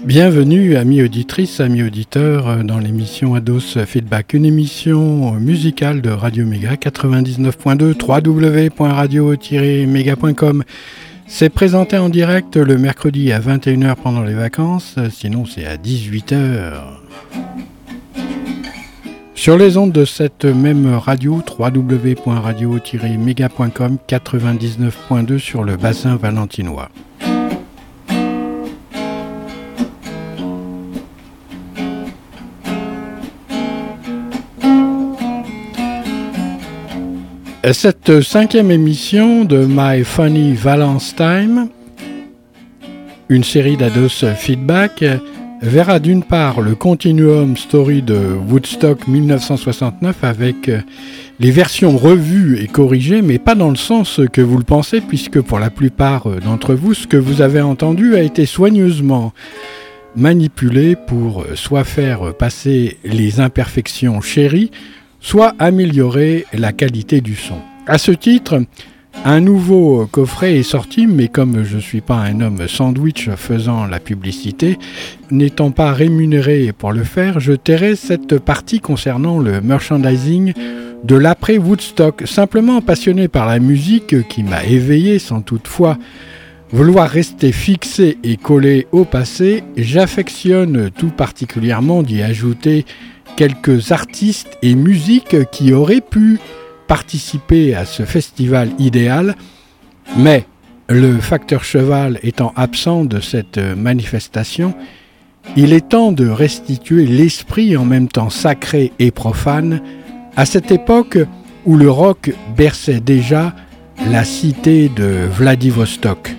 Bienvenue, amis auditrices, amis auditeurs, dans l'émission Ados Feedback, une émission musicale de Radio Méga 99.2, www.radio-méga.com. C'est présenté en direct le mercredi à 21h pendant les vacances, sinon c'est à 18h. Sur les ondes de cette même radio, www.radio-méga.com, 99.2 sur le bassin valentinois. Cette cinquième émission de My Funny Valence Time, une série d'Ados Feedback, verra d'une part le continuum story de Woodstock 1969 avec les versions revues et corrigées, mais pas dans le sens que vous le pensez, puisque pour la plupart d'entre vous, ce que vous avez entendu a été soigneusement manipulé pour soit faire passer les imperfections chéries, soit améliorer la qualité du son. À ce titre, un nouveau coffret est sorti, mais comme je ne suis pas un homme sandwich faisant la publicité, n'étant pas rémunéré pour le faire, je tairai cette partie concernant le merchandising de l'après-Woodstock, simplement passionné par la musique qui m'a éveillé sans toutefois vouloir rester fixé et collé au passé. J'affectionne tout particulièrement d'y ajouter quelques artistes et musiques qui auraient pu participer à ce festival idéal, mais le facteur cheval étant absent de cette manifestation, il est temps de restituer l'esprit en même temps sacré et profane à cette époque où le rock berçait déjà la cité de Vladivostok.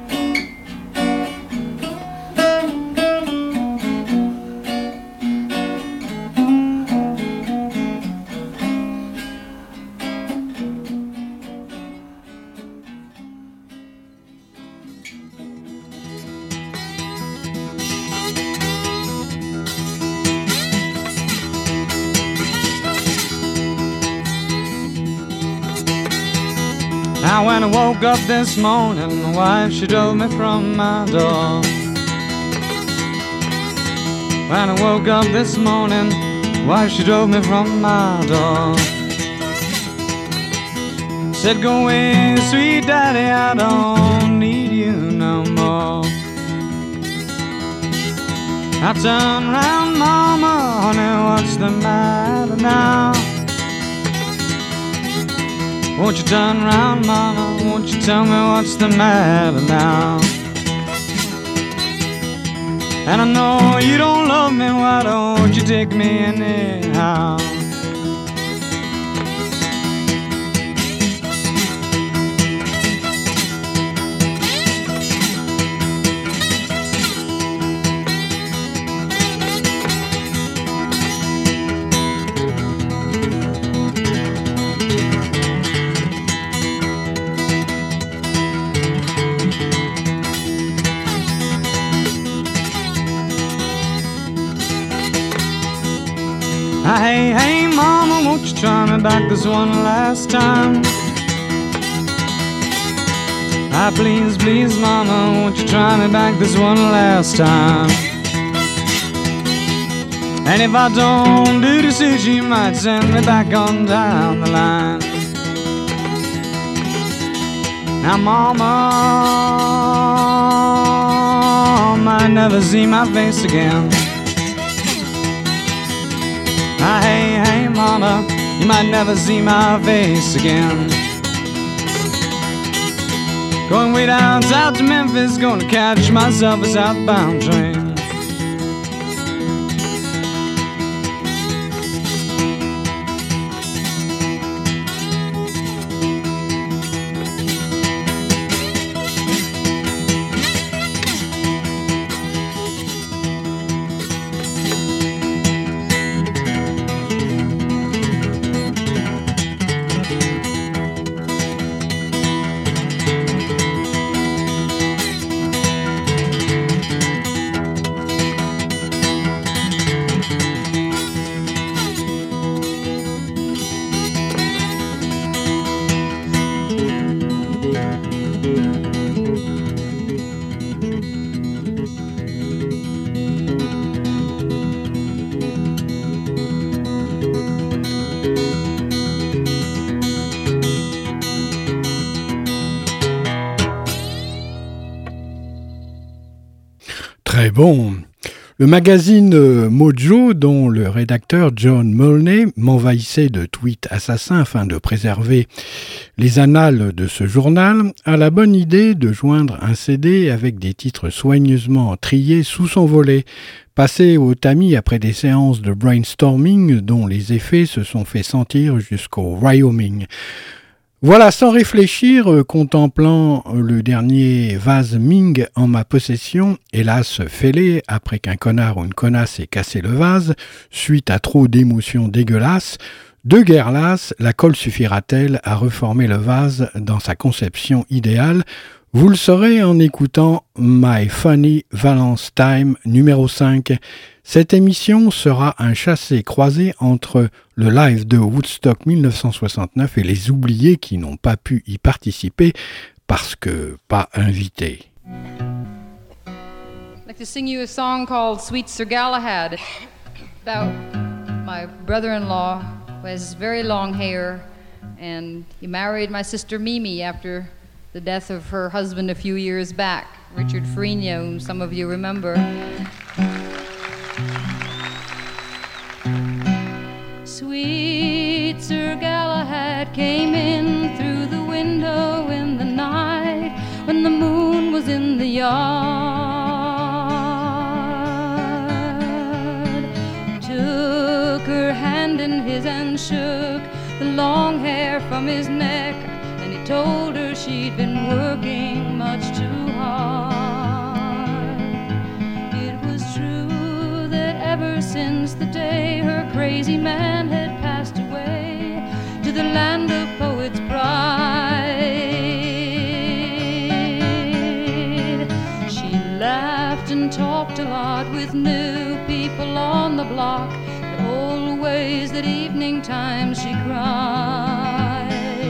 Now when I woke up this morning, my wife, she drove me from my door. When I woke up this morning, my wife, she drove me from my door. Said, go away, sweet daddy, I don't need you no more. I turned round, mama, honey, what's the matter now? Won't you turn round, mama, won't you tell me what's the matter now? And I know you don't love me, why don't you take me anyhow? Hey, hey, mama, won't you try me back this one last time? Ah, please, please, mama, won't you try me back this one last time? And if I don't do the suit, you might send me back on down the line. Now, mama, might never see my face again. Ah, hey, hey, mama, you might never see my face again. Going way down south to Memphis, gonna catch myself a southbound train. très bon. Le magazine Mojo, dont le rédacteur John Molney m'envahissait de tweets assassins afin de préserver les annales de ce journal, a la bonne idée de joindre un CD avec des titres soigneusement triés sous son volet, passés au tamis après des séances de brainstorming dont les effets se sont fait sentir jusqu'au Wyoming. Voilà, sans réfléchir, contemplant le dernier vase Ming en ma possession, hélas fêlé après qu'un connard ou une connasse ait cassé le vase, suite à trop d'émotions dégueulasses, de guerre lasse, la colle suffira-t-elle à reformer le vase dans sa conception idéale ? Vous le saurez en écoutant My Funny Valence Time numéro 5. Cette émission sera un chassé-croisé entre le live de Woodstock 1969 et les oubliés qui n'ont pas pu y participer parce que pas invités. I'd like to sing you a song called Sweet Sir Galahad about my brother-in-law who has very long hair, and he married my sister Mimi after the death of her husband a few years back, Richard Ferrigno, whom some of you remember. Sweet Sir Galahad came in through the window in the night when the moon was in the yard. Took her hand in his and shook the long hair from his neck, and he told her she'd been working much too hard. It was true that ever since the day her crazy man had passed away to the land of poets' pride, she laughed and talked a lot with new people on the block, but always that evening time she cried.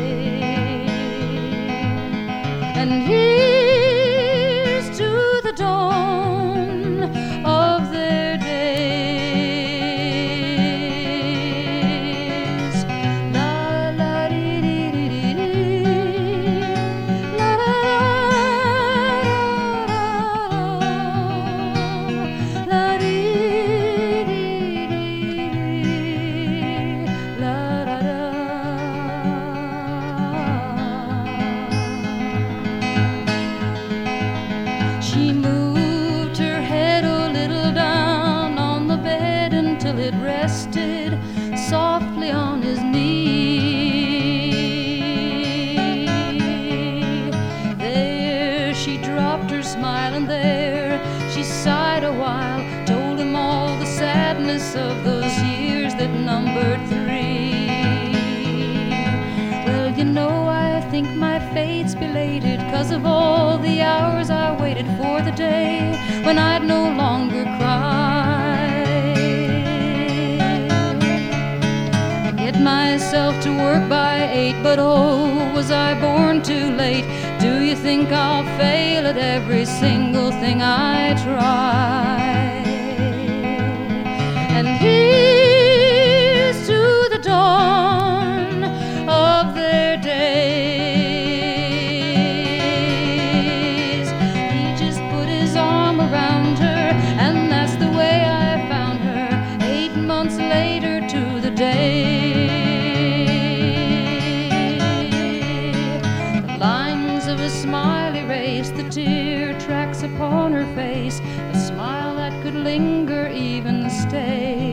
And here's to the dawn of their days. La la dee dee dee dee dee. La la la la dee dee dee dee. La la la. She moved her head a little down on the bed until it rested softly on his knee. There she dropped her smile, and there she sighed a while, told him all the sadness of those years that numbered 3. Well, you know, I think my fate's belated 'cause of all the hours I waited for the day when I'd no longer cry. I get myself to work by 8, but oh, was I born too late? Do you think I'll fail at every single thing I try? And here's to the dawn of their days. He just put his arm around her, and that's the way I found her 8 months later to the day. The lines of a smile erased the tear tracks upon her face, a smile that could linger, even stay.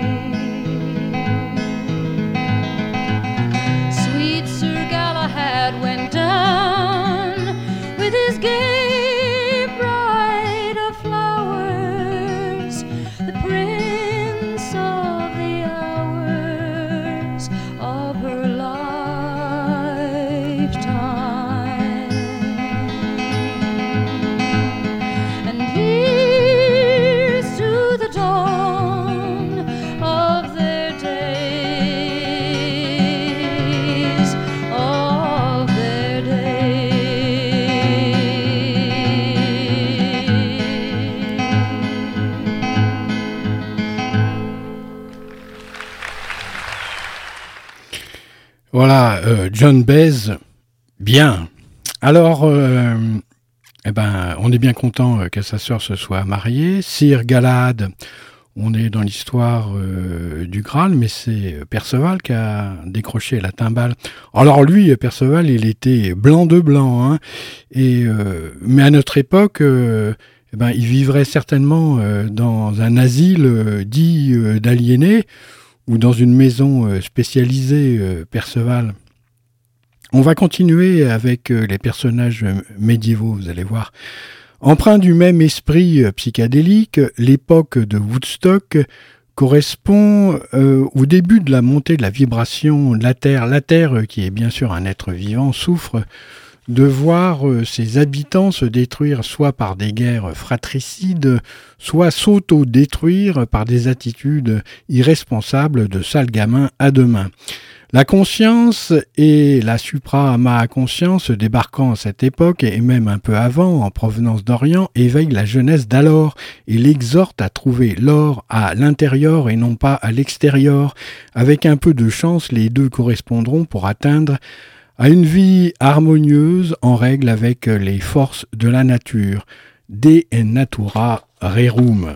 Sweet Sir Galahad went down with his gay bride of flowers, the prince of the hours of her lifetime. And here's to the dawn of their days, of their days. Voilà, John Baez, bien. Alors, Eh ben, on est bien content que sa sœur se soit mariée. Sir Galahad, on est dans l'histoire du Graal, mais c'est Perceval qui a décroché la timbale. Alors lui, Perceval, il était blanc de blanc, hein, mais à notre époque, il vivrait certainement dans un asile dit d'aliénés ou dans une maison spécialisée Perceval. On va continuer avec les personnages médiévaux, vous allez voir. Empreint du même esprit psychédélique, l'époque de Woodstock correspond au début de la montée de la vibration de la Terre. La Terre, qui est bien sûr un être vivant, souffre de voir ses habitants se détruire soit par des guerres fratricides, soit s'auto-détruire par des attitudes irresponsables de sales gamins à deux mains. La conscience et la supra-conscience débarquant à cette époque et même un peu avant en provenance d'Orient éveillent la jeunesse d'alors et l'exhortent à trouver l'or à l'intérieur et non pas à l'extérieur. Avec un peu de chance, les deux correspondront pour atteindre à une vie harmonieuse en règle avec les forces de la nature. De natura rerum.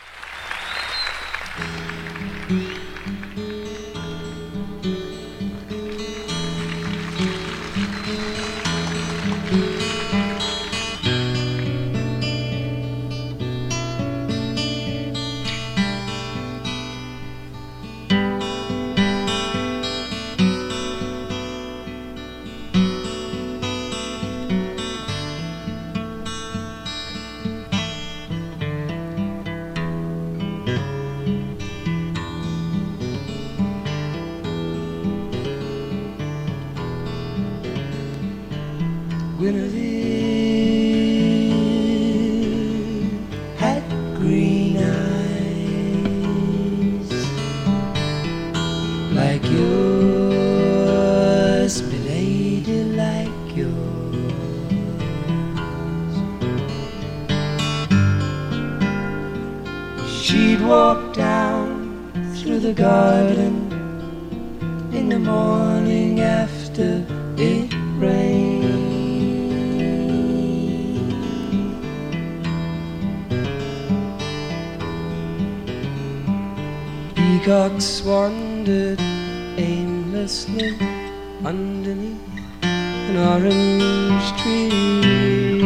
Peacocks wandered aimlessly underneath an orange tree.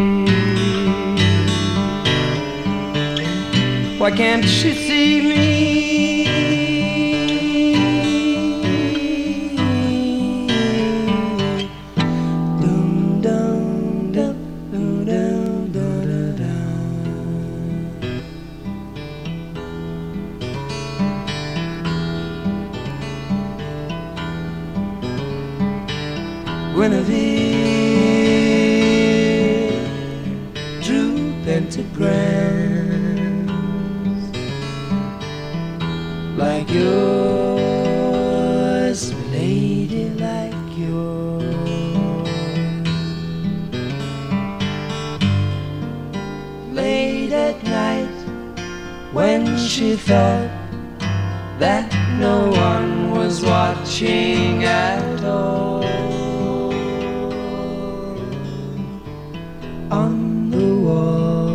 Why can't she see me? Dum dum dum dum dum dum dum. Guinevere drew pentagrams like yours, lady, like yours. Late at night, when she thought that no one was watching at all, on the wall.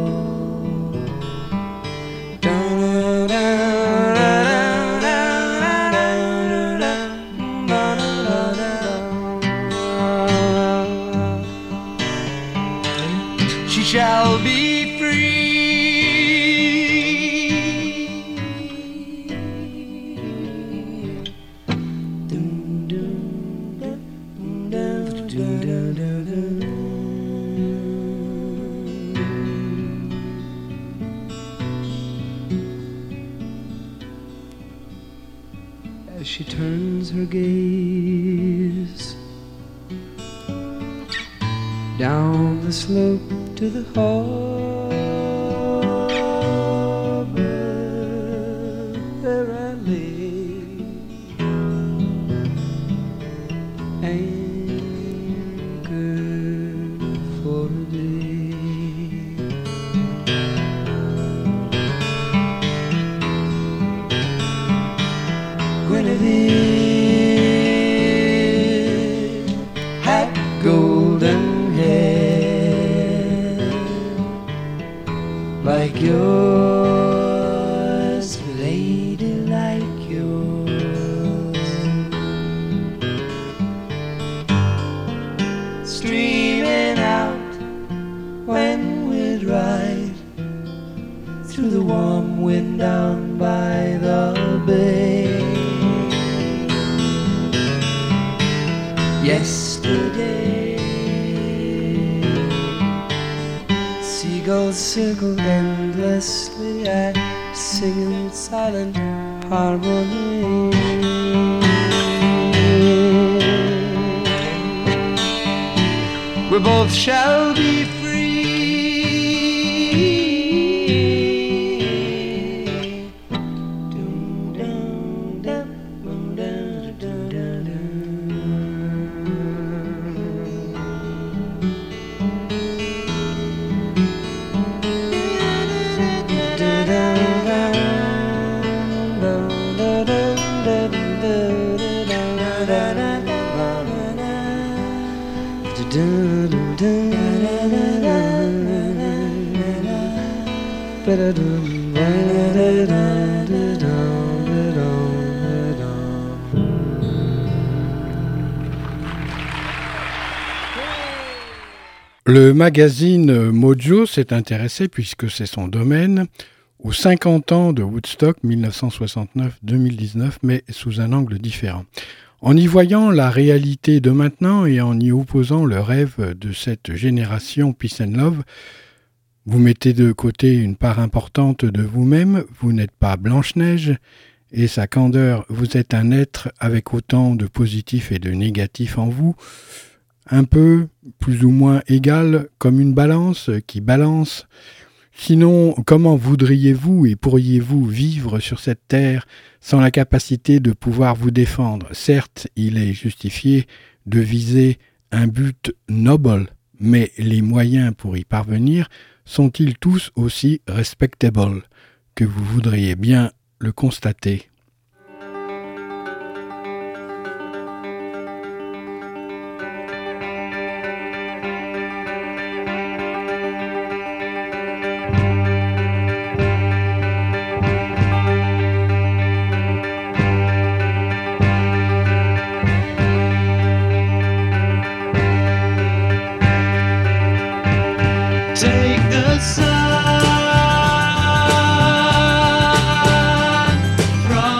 She shall be free. Dum, dum, dum, dum, dum, dum, dum, dum. As she turns her gaze down the slope to the harbor where I lay anchored for a day. Guinevere had golden hair yours, lady like yours, streaming out when we'd ride through the warm wind down by the bay. Yesterday, seagulls circled endlessly, I sing in silent harmony. We both shall be free. Le magazine Mojo s'est intéressé, puisque c'est son domaine, aux 50 ans de Woodstock 1969-2019, mais sous un angle différent. En y voyant la réalité de maintenant et en y opposant le rêve de cette génération Peace and Love, vous mettez de côté une part importante de vous-même, vous n'êtes pas Blanche-Neige, et sa candeur, vous êtes un être avec autant de positif et de négatif en vous, un peu, plus ou moins égal, comme une balance qui balance. Sinon, comment voudriez-vous et pourriez-vous vivre sur cette terre sans la capacité de pouvoir vous défendre? Certes, il est justifié de viser un but noble, mais les moyens pour y parvenir sont-ils tous aussi respectables que vous voudriez bien le constater? Take the sun from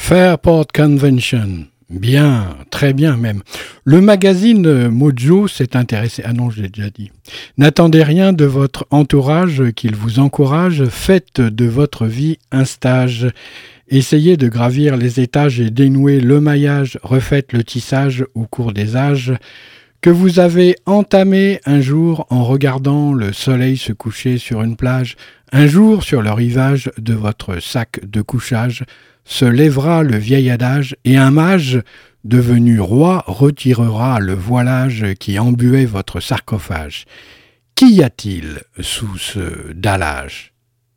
Fairport Convention. Bien, très bien même. Le magazine Mojo s'est intéressé... Ah non, je l'ai déjà dit. N'attendez rien de votre entourage qu'il vous encourage. Faites de votre vie un stage. Essayez de gravir les étages et dénouer le maillage. Refaites le tissage au cours des âges que vous avez entamé un jour en regardant le soleil se coucher sur une plage. Un jour, sur le rivage de votre sac de couchage, se lèvera le vieil adage et un mage, devenu roi, retirera le voilage qui embuait votre sarcophage. Qu'y a-t-il sous ce dallage?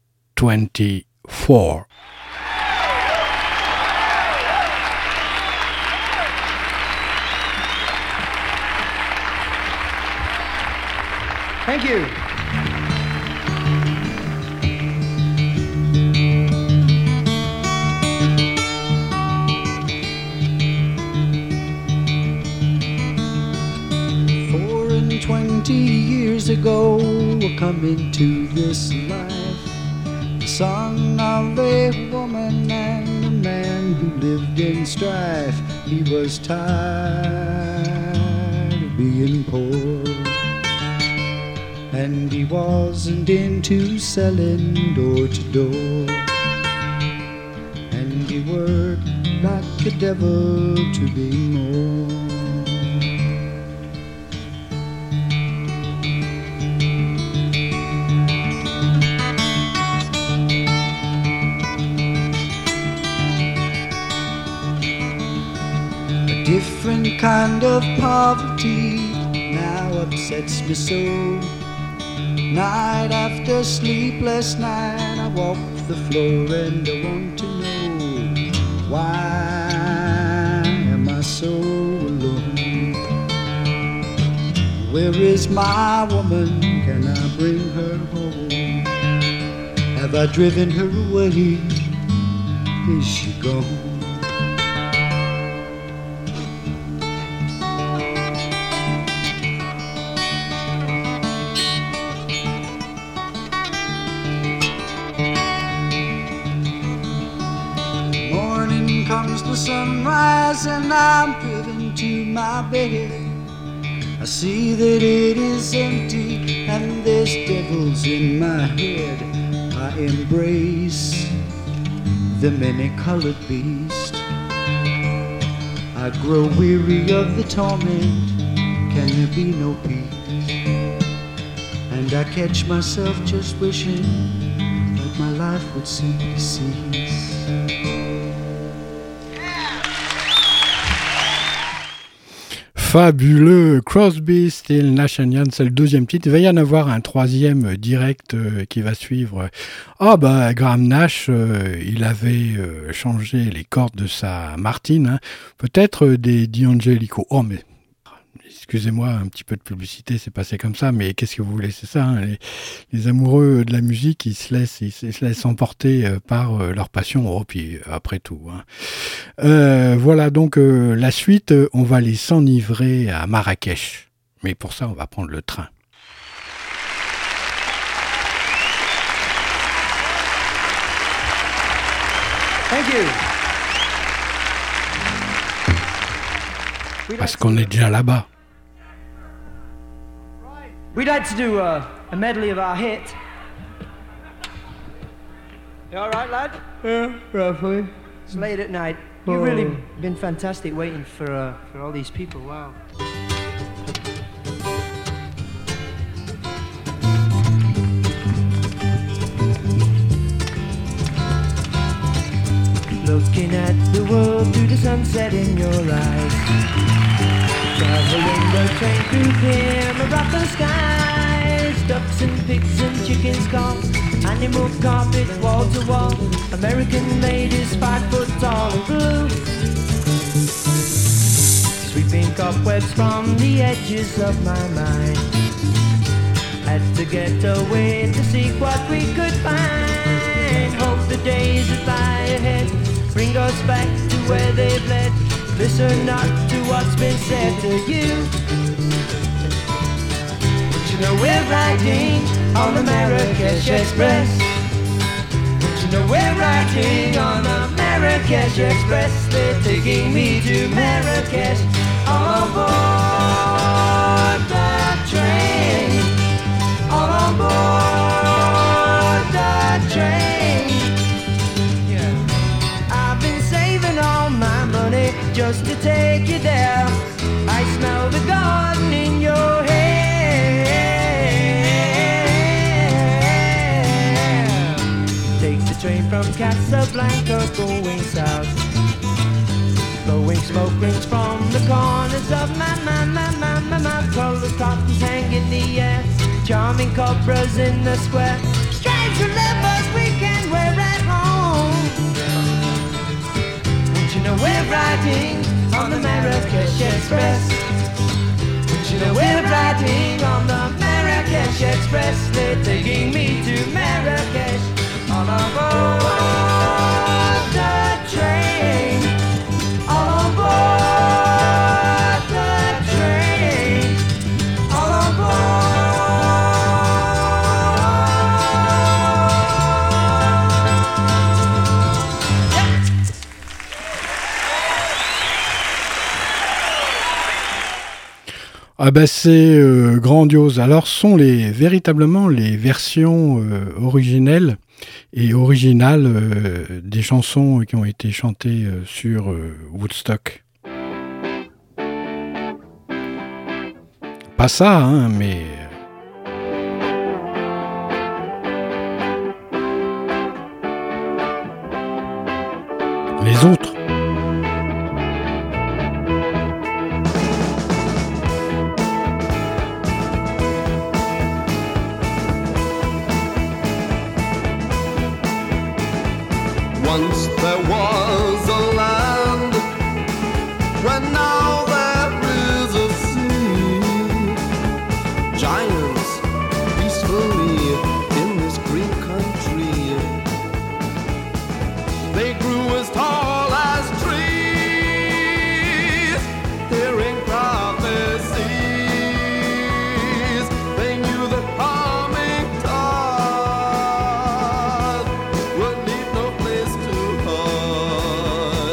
24. Thank you. Years ago, I come into this life, the son of a woman and a man who lived in strife. He was tired of being poor, and he wasn't into selling door to door, and he worked like a devil to be more. Different kind of poverty now upsets me so. Night after sleepless night, I walk the floor and I want to know, why am I so alone? Where is my woman? Can I bring her home? Have I driven her away? Is she gone? Sunrise and I'm driven to my bed. I see that it is empty and there's devils in my head. I embrace the many-colored beast. I grow weary of the torment. Can there be no peace? And I catch myself just wishing that my life would simply cease. Fabuleux, Crosby, Still, Nash & Young, c'est le deuxième titre. Il va y en avoir un troisième direct qui va suivre. Graham Nash, il avait changé les cordes de sa Martin, hein. Peut-être des D'Angelico. Oh, mais excusez-moi, un petit peu de publicité, c'est passé comme ça, mais qu'est-ce que vous voulez, c'est ça, hein, les amoureux de la musique, ils se laissent emporter par leur passion, oh, puis après tout. Hein. Voilà, donc la suite, on va aller s'enivrer à Marrakech, mais pour ça, on va prendre le train. Thank you. Parce qu'on est déjà là-bas. We'd like to do a medley of our hit. You all right, lad? Yeah, roughly. It's late at night. You've really been fantastic waiting for all these people. Wow. Looking at the world through the sunset in your eyes. Traveling the train through clear Morocco skies. Ducks and pigs and chickens call. Animal carpet wall to wall. American ladies 5 foot tall and blue. Sweeping cobwebs from the edges of my mind. Had to get away to seek what we could find. Hope the days that lie ahead bring us back to where they've led. Listen not to what's been said to you. But you know we're riding on the Marrakesh Express. But you know we're riding on the Marrakesh Marrakesh Express, they're taking me to Marrakesh. All aboard the train, all aboard the train. Yeah. I've been saving all my money just to take you there. I smell the garden in your hair. Take the train from Casablanca going south. Blowing smoke rings from the corners of my colored cottons hang in the air. Charming cobras in the square. Strange livers we can wear at home. Don't you know we're riding on the Marrakesh Express? Don't you know we're riding on the Marrakesh Express? They're taking me to Marrakesh. All aboard the train, all aboard the train, all aboard. Ah bah c'est grandiose. Alors sont véritablement les versions originelles et originales des chansons qui ont été chantées sur Woodstock. Pas ça, hein, mais... les autres. Once there was a land where now there is a sea. Giants peacefully in this green country. They grew as tall as trees, hearing prophecies. They knew that coming time would leave no place to hide.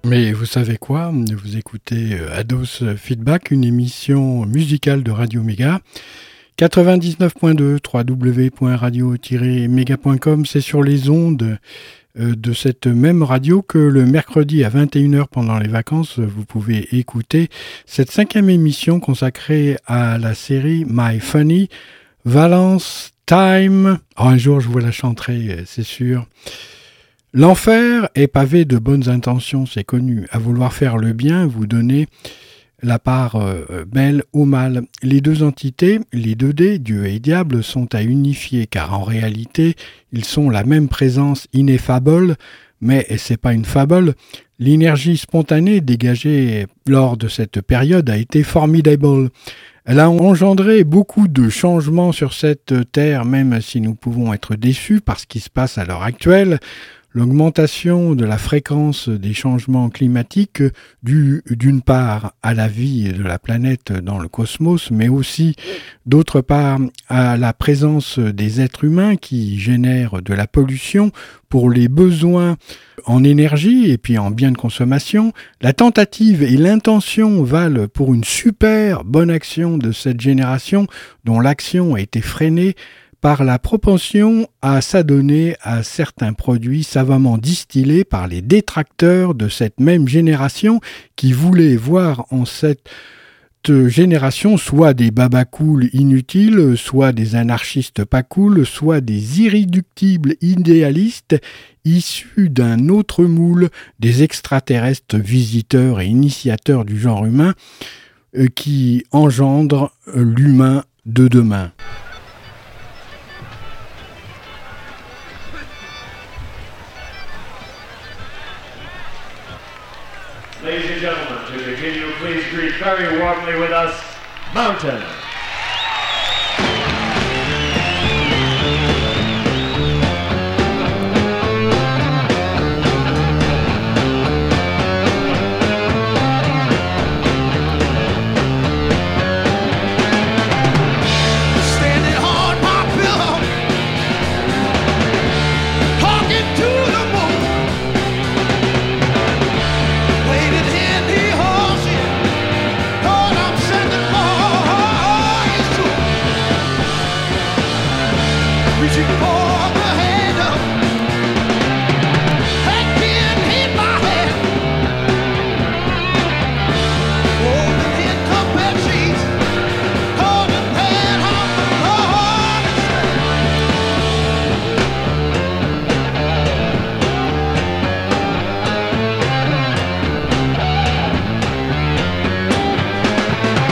Mais vous savez quoi? Vous écoutez Ados Feedback, une émission musicale de Radio Méga. 99.2, www.radio-méga.com, c'est sur les ondes de cette même radio que le mercredi à 21h pendant les vacances, vous pouvez écouter cette 5e émission consacrée à la série My Funny Valence Time. Oh, un jour je vous la chanterai, c'est sûr. L'enfer est pavé de bonnes intentions, c'est connu. À vouloir faire le bien, vous donnez la part belle au mal. Les deux entités, les 2D, Dieu et diable, sont à unifier, car en réalité, ils sont la même présence ineffable, mais c'est pas une fable. L'énergie spontanée dégagée lors de cette période a été formidable. Elle a engendré beaucoup de changements sur cette terre, même si nous pouvons être déçus par ce qui se passe à l'heure actuelle. L'augmentation de la fréquence des changements climatiques due d'une part à la vie de la planète dans le cosmos, mais aussi d'autre part à la présence des êtres humains qui génèrent de la pollution pour les besoins en énergie et puis en biens de consommation. La tentative et l'intention valent pour une super bonne action de cette génération dont l'action a été freinée par la propension à s'adonner à certains produits savamment distillés par les détracteurs de cette même génération qui voulaient voir en cette génération soit des babacools inutiles, soit des anarchistes pas cool, soit des irréductibles idéalistes issus d'un autre moule, des extraterrestres visiteurs et initiateurs du genre humain qui engendrent l'humain de demain. Ladies and gentlemen, to continue, please greet very warmly with us, Mountain.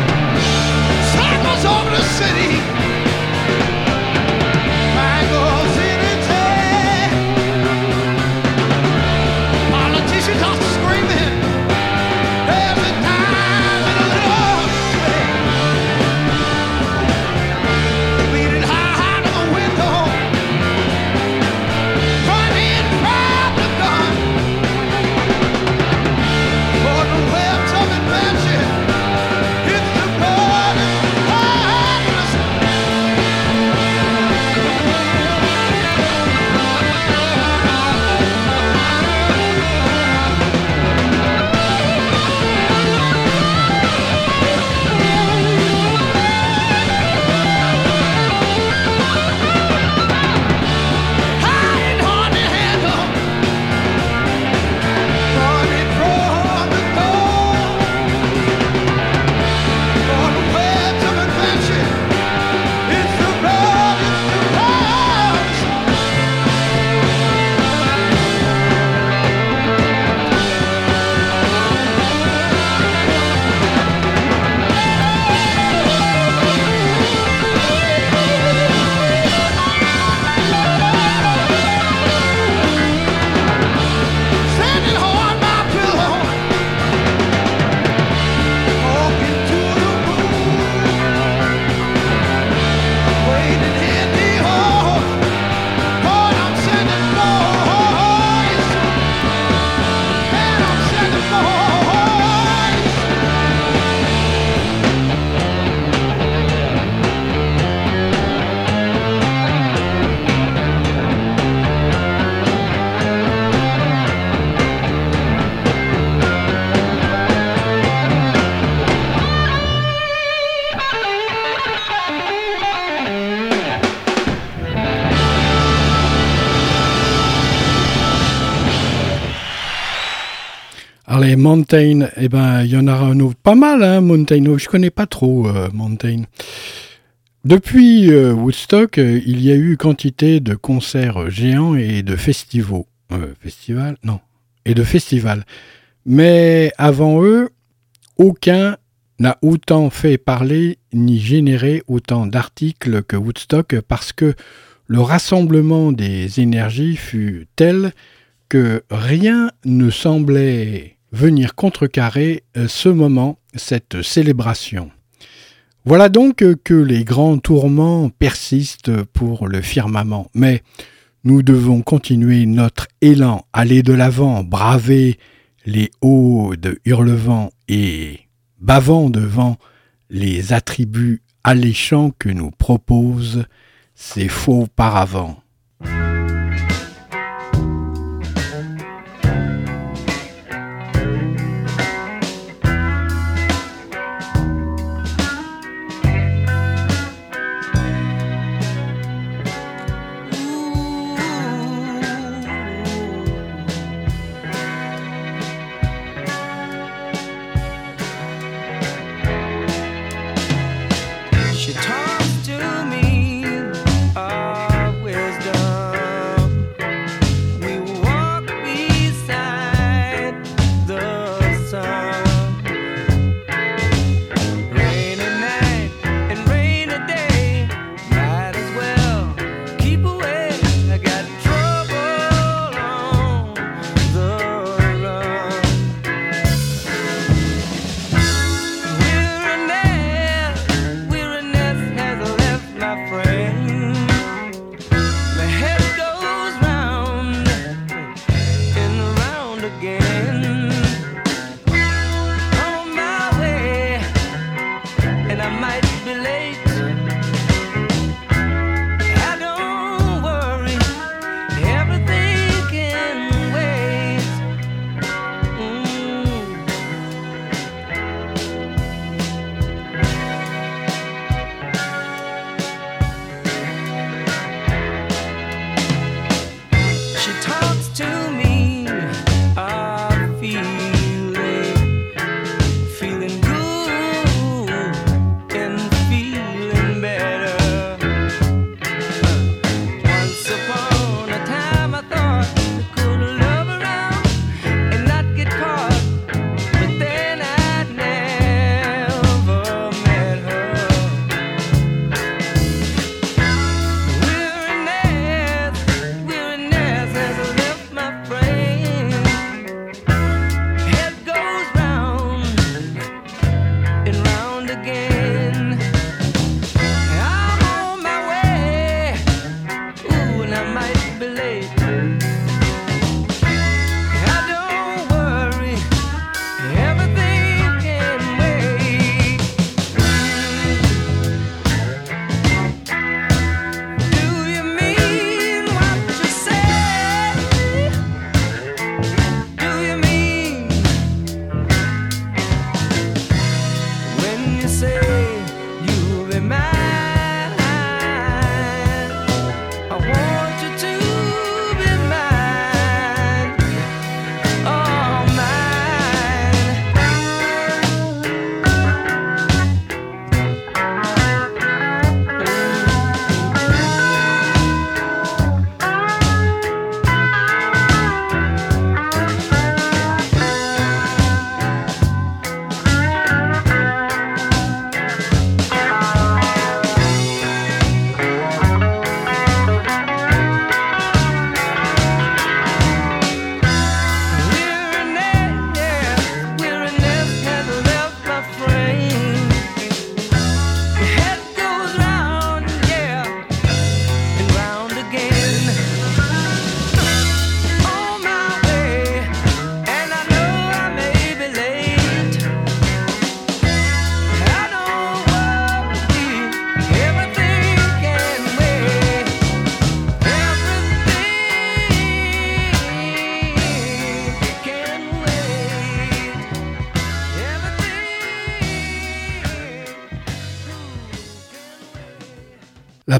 Mangoes parlais Mountain, eh ben, il y en aura un autre pas mal, hein, Mountain. Je connais pas trop Mountain. Depuis Woodstock, il y a eu quantité de concerts géants et de festivals. Et de festivals. Mais avant eux, aucun n'a autant fait parler ni généré autant d'articles que Woodstock parce que le rassemblement des énergies fut tel que rien ne semblait venir contrecarrer ce moment, cette célébration. Voilà donc que les grands tourments persistent pour le firmament, mais nous devons continuer notre élan, aller de l'avant, braver les hauts de hurlevent et bavant devant les attributs alléchants que nous proposent ces faux paravents. She talks to me of wisdom.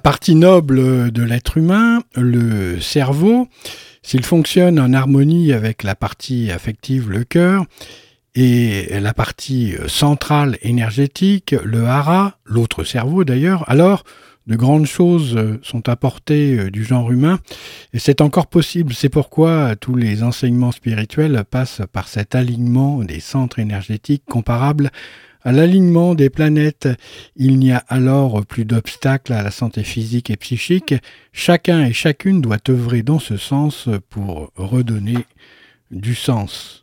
partie noble de l'être humain, le cerveau, s'il fonctionne en harmonie avec la partie affective, le cœur, et la partie centrale énergétique, le hara, l'autre cerveau d'ailleurs, alors de grandes choses sont à portée du genre humain, et c'est encore possible. C'est pourquoi tous les enseignements spirituels passent par cet alignement des centres énergétiques comparable à l'alignement des planètes. Il n'y a alors plus d'obstacles à la santé physique et psychique. Chacun et chacune doit œuvrer dans ce sens pour redonner du sens.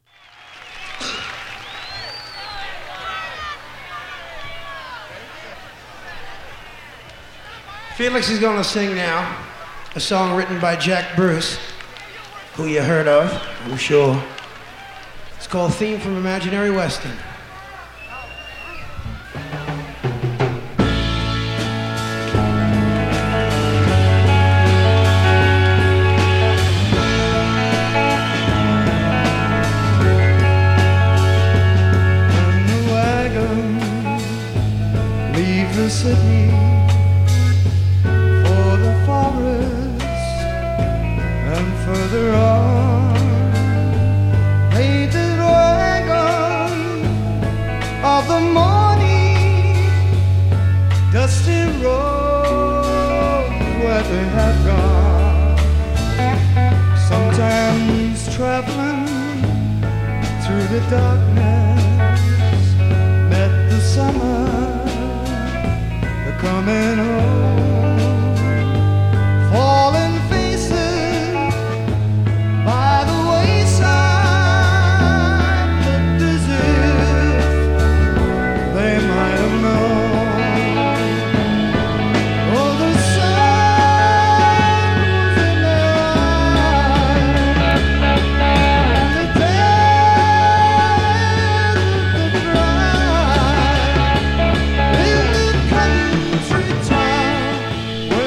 Felix is going to sing now a song written by Jack Bruce, who you heard of, I'm sure. It's called Theme from Imaginary Western. When the wagon leaves the city further on, painted wagon of the morning, dusty roads where they have gone. Sometimes traveling through the darkness, met the summer coming home, falling by the wayside, looked as if they might have known. Oh, the sun was in their eyes, and the days of the drive in the country town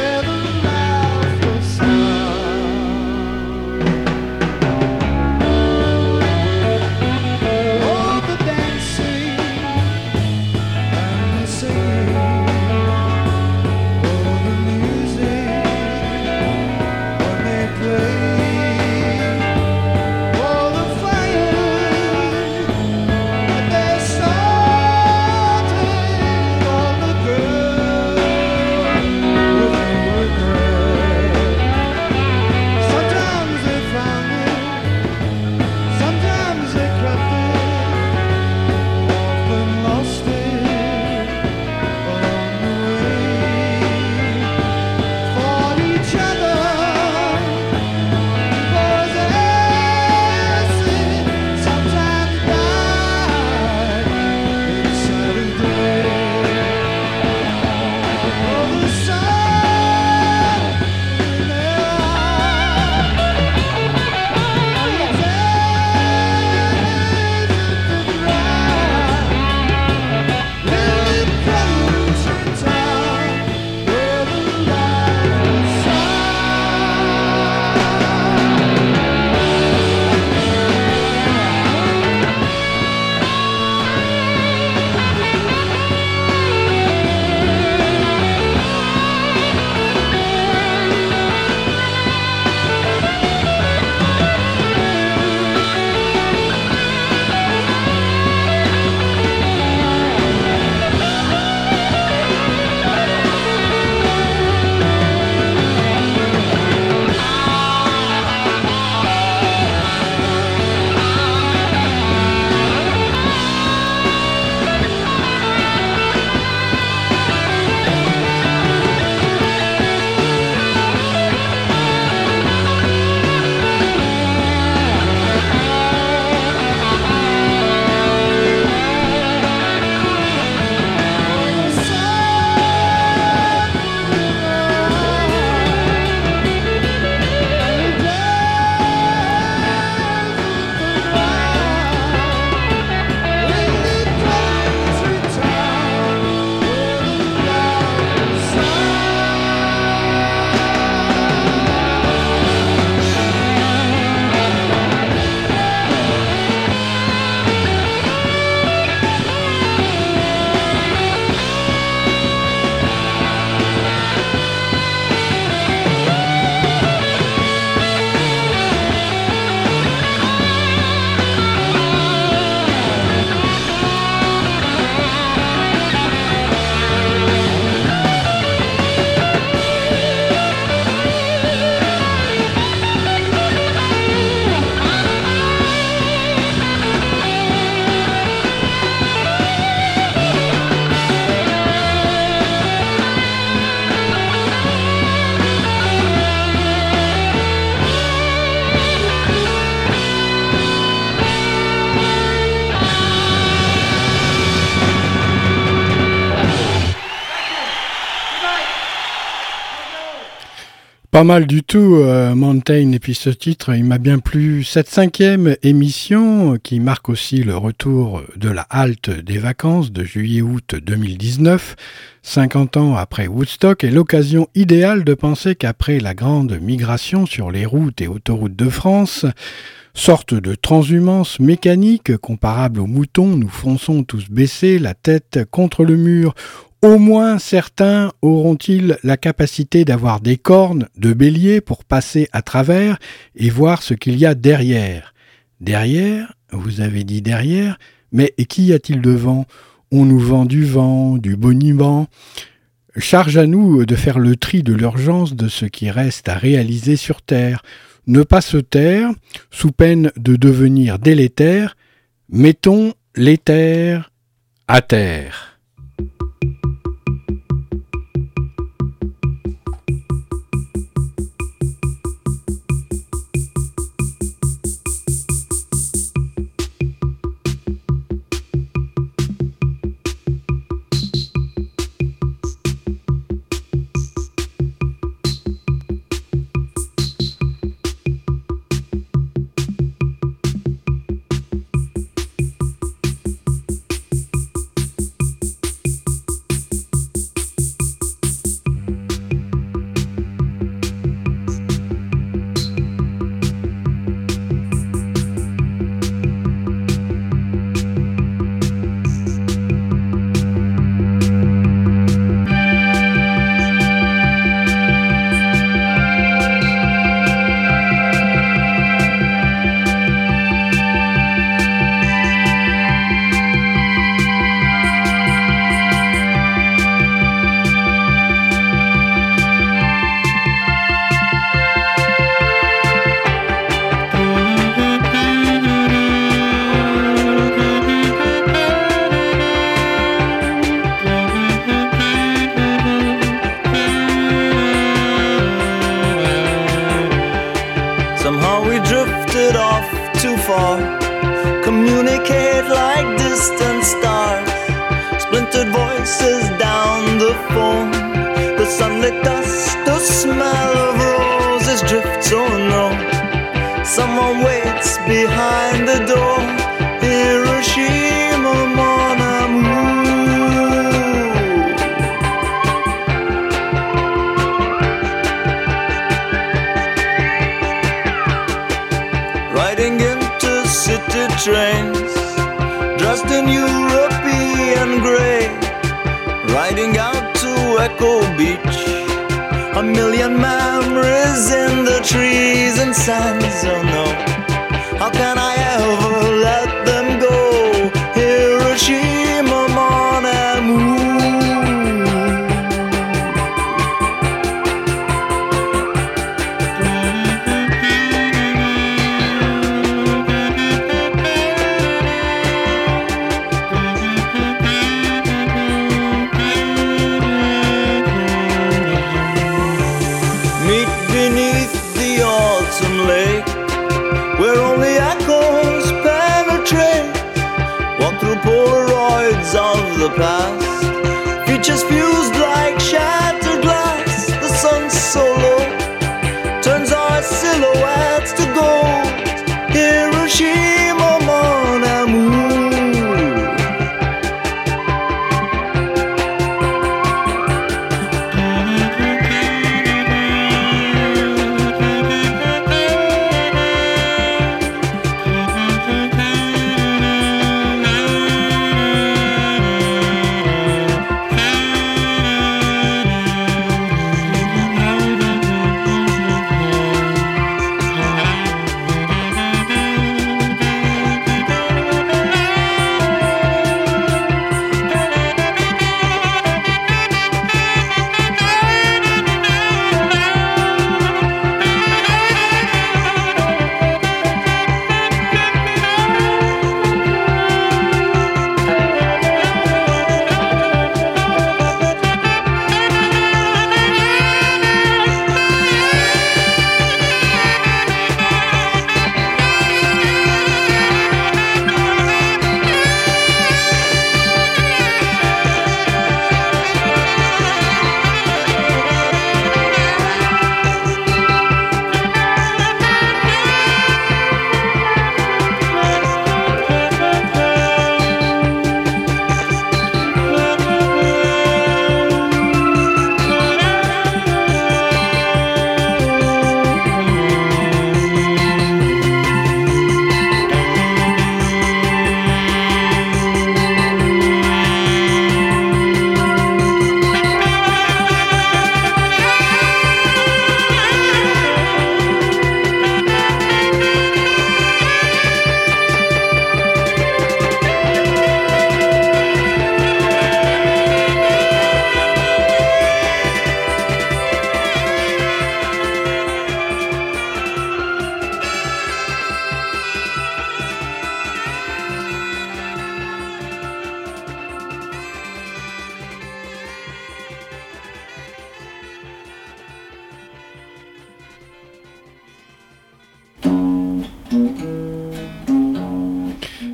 Pas mal du tout, Mountain, et puis ce titre, il m'a bien plu. Cette 5e émission, qui marque aussi le retour de la halte des vacances de juillet-août 2019, 50 ans après Woodstock, est l'occasion idéale de penser qu'après la grande migration sur les routes et autoroutes de France, sorte de transhumance mécanique comparable aux moutons, nous fonçons tous baissés, la tête contre le mur. Au moins certains auront-ils la capacité d'avoir des cornes de bélier pour passer à travers et voir ce qu'il y a derrière. Derrière, vous avez dit derrière, mais qu'y a-t-il devant ? On nous vend du vent, du boniment. Charge à nous de faire le tri de l'urgence de ce qui reste à réaliser sur Terre. Ne pas se taire, sous peine de devenir délétère, mettons l'éther à terre.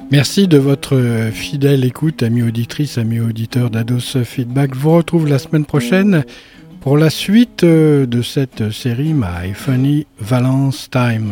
Merci de votre fidèle écoute, amis auditrices, amis auditeurs d'Ados Feedback. Je vous retrouve la semaine prochaine pour la suite de cette série My Funny Valence Time.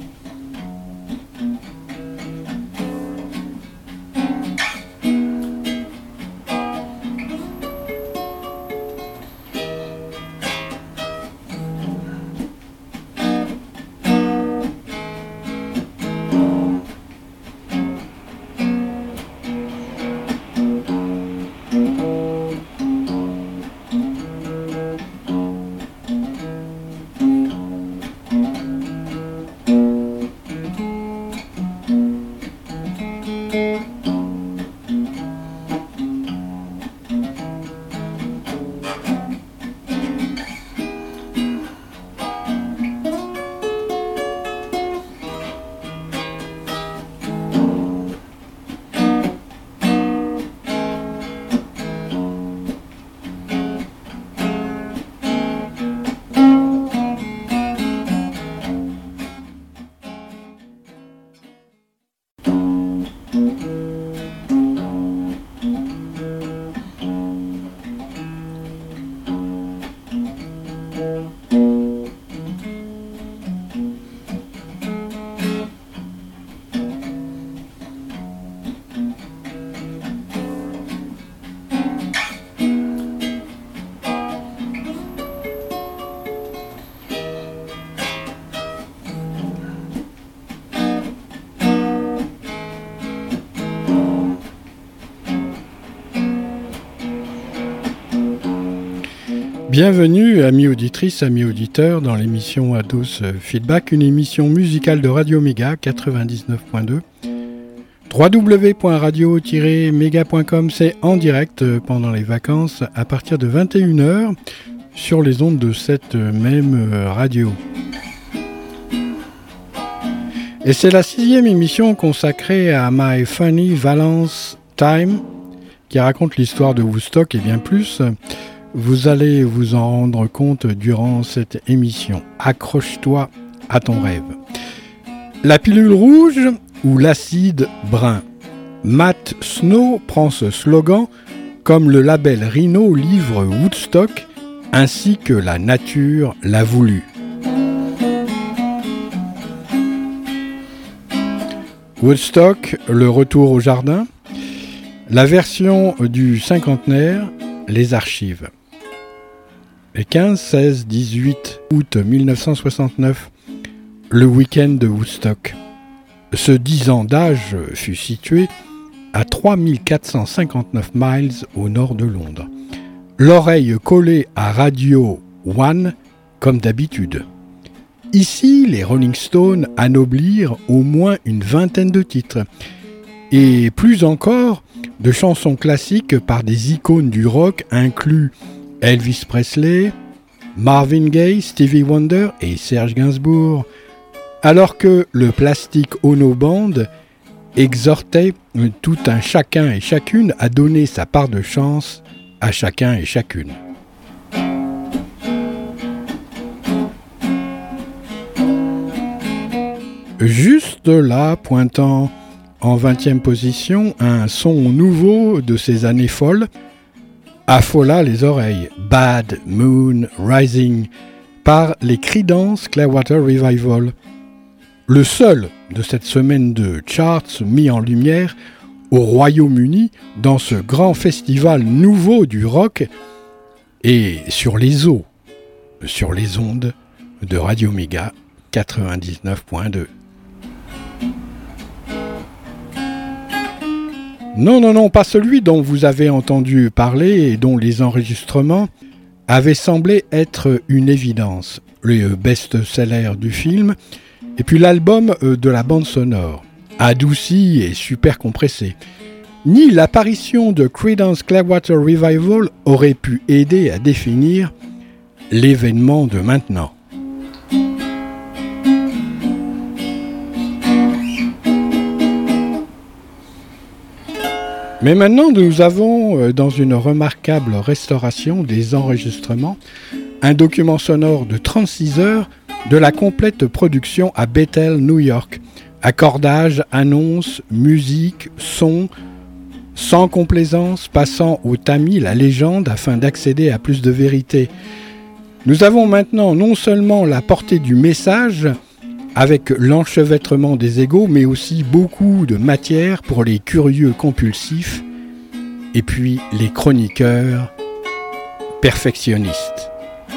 Bienvenue, amis auditrices, amis auditeurs, dans l'émission Ados Feedback, une émission musicale de Radio Méga 99.2. www.radio-méga.com, c'est en direct pendant les vacances à partir de 21h sur les ondes de cette même radio. Et c'est la 6e émission consacrée à My Funny Valence Time, qui raconte l'histoire de Woodstock et bien plus. Vous allez vous en rendre compte durant cette émission. Accroche-toi à ton rêve. La pilule rouge ou l'acide brun. Matt Snow prend ce slogan comme le label Rhino livre Woodstock ainsi que la nature l'a voulu. Woodstock, le retour au jardin. La version du cinquantenaire, les archives. Le 15, 16, 18 août 1969, le week-end de Woodstock. Ce 10 ans d'âge fut situé à 3459 miles au nord de Londres. L'oreille collée à Radio One, comme d'habitude. Ici, les Rolling Stones anoblirent au moins une vingtaine de titres, et plus encore de chansons classiques par des icônes du rock inclus Elvis Presley, Marvin Gaye, Stevie Wonder et Serge Gainsbourg, alors que le Plastic Ono Band exhortait tout un chacun et chacune à donner sa part de chance à chacun et chacune. Juste là, pointant en 20e position, un son nouveau de ces années folles, affola les oreilles, Bad Moon Rising, par les Creedence Clearwater Revival. Le seul de cette semaine de charts mis en lumière au Royaume-Uni dans ce grand festival nouveau du rock et sur les eaux, sur les ondes de Radio Méga 99.2. Non, pas celui dont vous avez entendu parler et dont les enregistrements avaient semblé être une évidence. Le best-seller du film, et puis l'album de la bande sonore, adouci et super compressé. Ni l'apparition de Creedence Clearwater Revival aurait pu aider à définir l'événement de maintenant. Mais maintenant, nous avons, dans une remarquable restauration des enregistrements, un document sonore de 36 heures de la complète production à Bethel, New York, Accordage, annonce, musique, son, sans complaisance, passant au tamis, la légende, afin d'accéder à plus de vérité. Nous avons maintenant non seulement la portée du message, avec l'enchevêtrement des égos, mais aussi beaucoup de matière pour les curieux compulsifs, et puis les chroniqueurs perfectionnistes.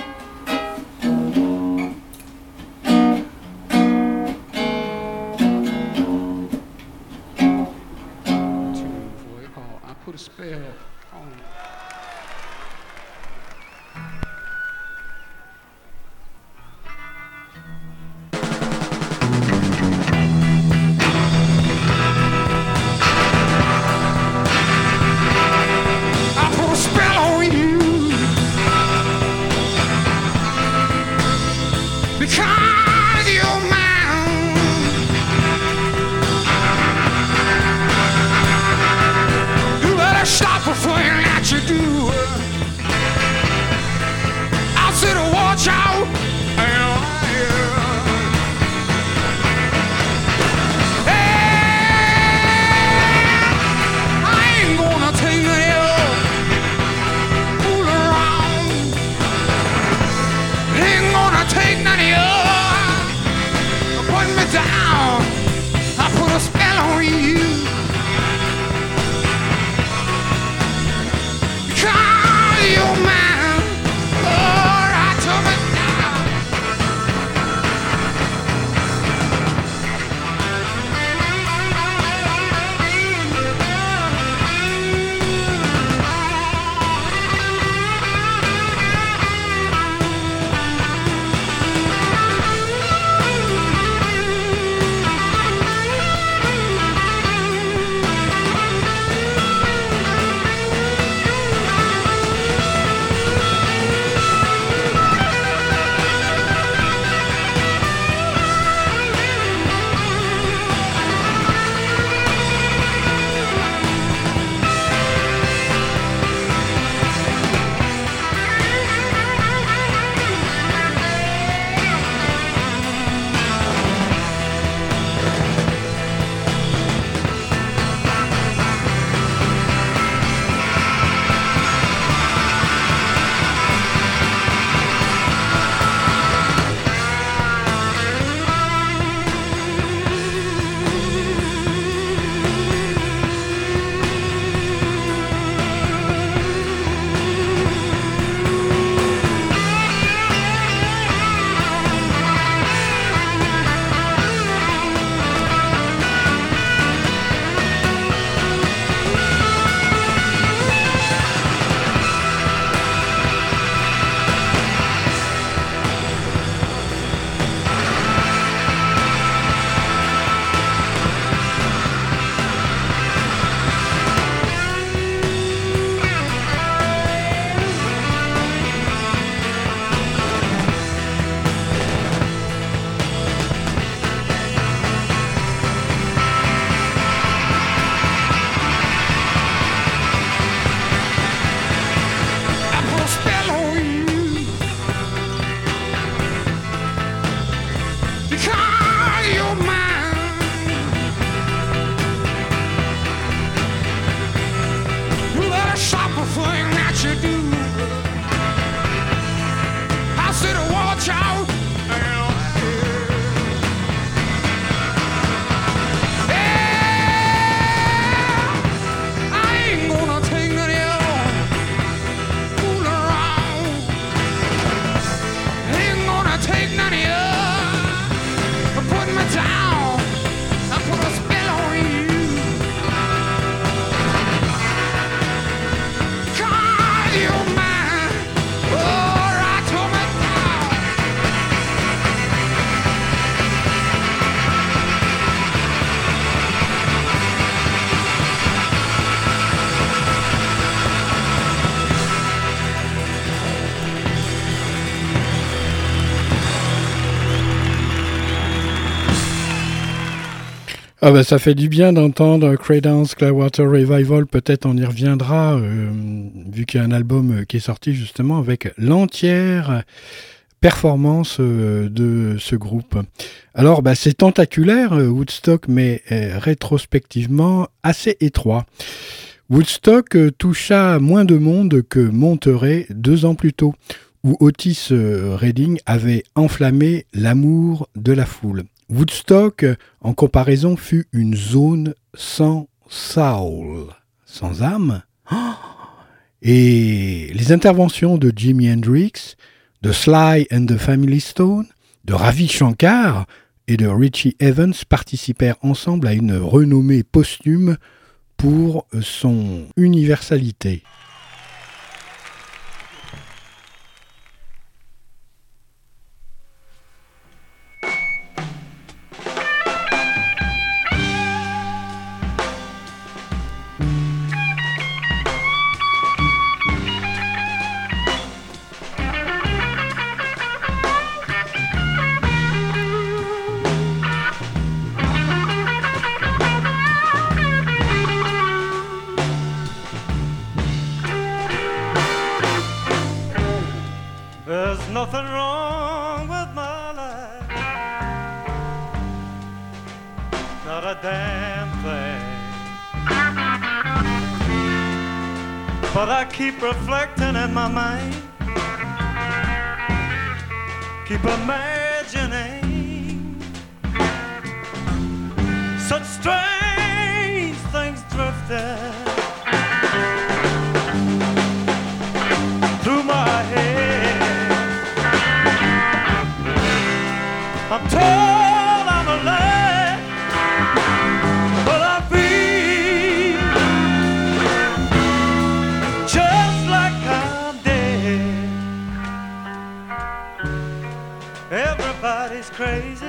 Ah bah ça fait du bien d'entendre Creedence Clearwater Revival, peut-être on y reviendra, vu qu'il y a un album qui est sorti justement avec l'entière performance de ce groupe. Alors, c'est tentaculaire, Woodstock, mais rétrospectivement assez étroit. Woodstock toucha moins de monde que Monterey 2 ans plus tôt, où Otis Redding avait enflammé l'amour de la foule. Woodstock, en comparaison, fut une zone sans soul, sans âme. Et les interventions de Jimi Hendrix, de Sly and the Family Stone, de Ravi Shankar et de Richie Evans participèrent ensemble à une renommée posthume pour son universalité. Nothing wrong with my life, not a damn thing. But I keep reflecting in my mind, keep imagining such strange things drifting through my head. I'm told I'm alive, but I feel just like I'm dead. Everybody's crazy,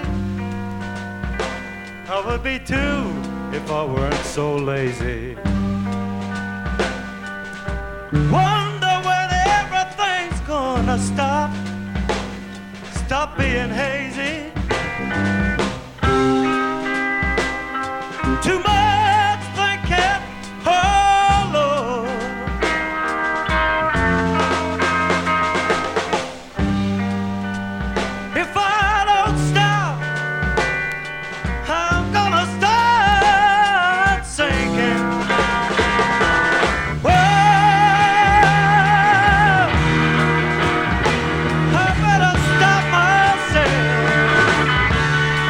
I would be too if I weren't so lazy. Wonder when everything's gonna stop being hazy. Too much thinking, oh Lord. If I don't stop, I'm gonna start sinking. Whoa, I better stop myself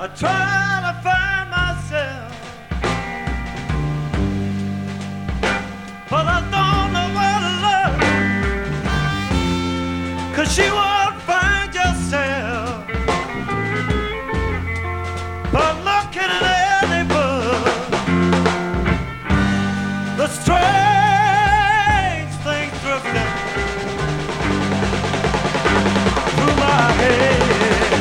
I try to find myself, but I don't know where to look, 'cause you won't find yourself by looking at any book. The strange things drifting through my head.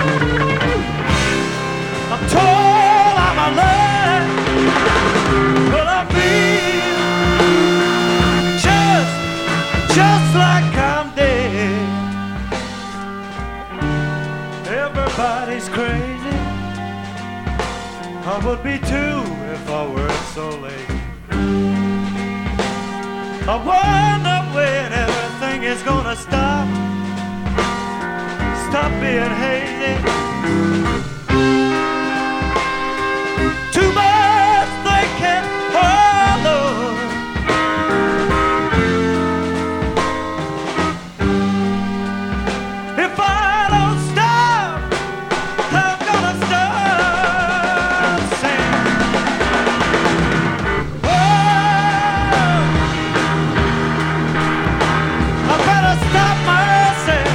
I'm told I'm alive, but I feel just like I'm dead. Everybody's crazy. I would be too if I weren't so late. I wonder when everything is gonna stop being hazy. Too much thinking, oh Lord. If I don't stop, I'm gonna start singing. Oh, I better stop myself.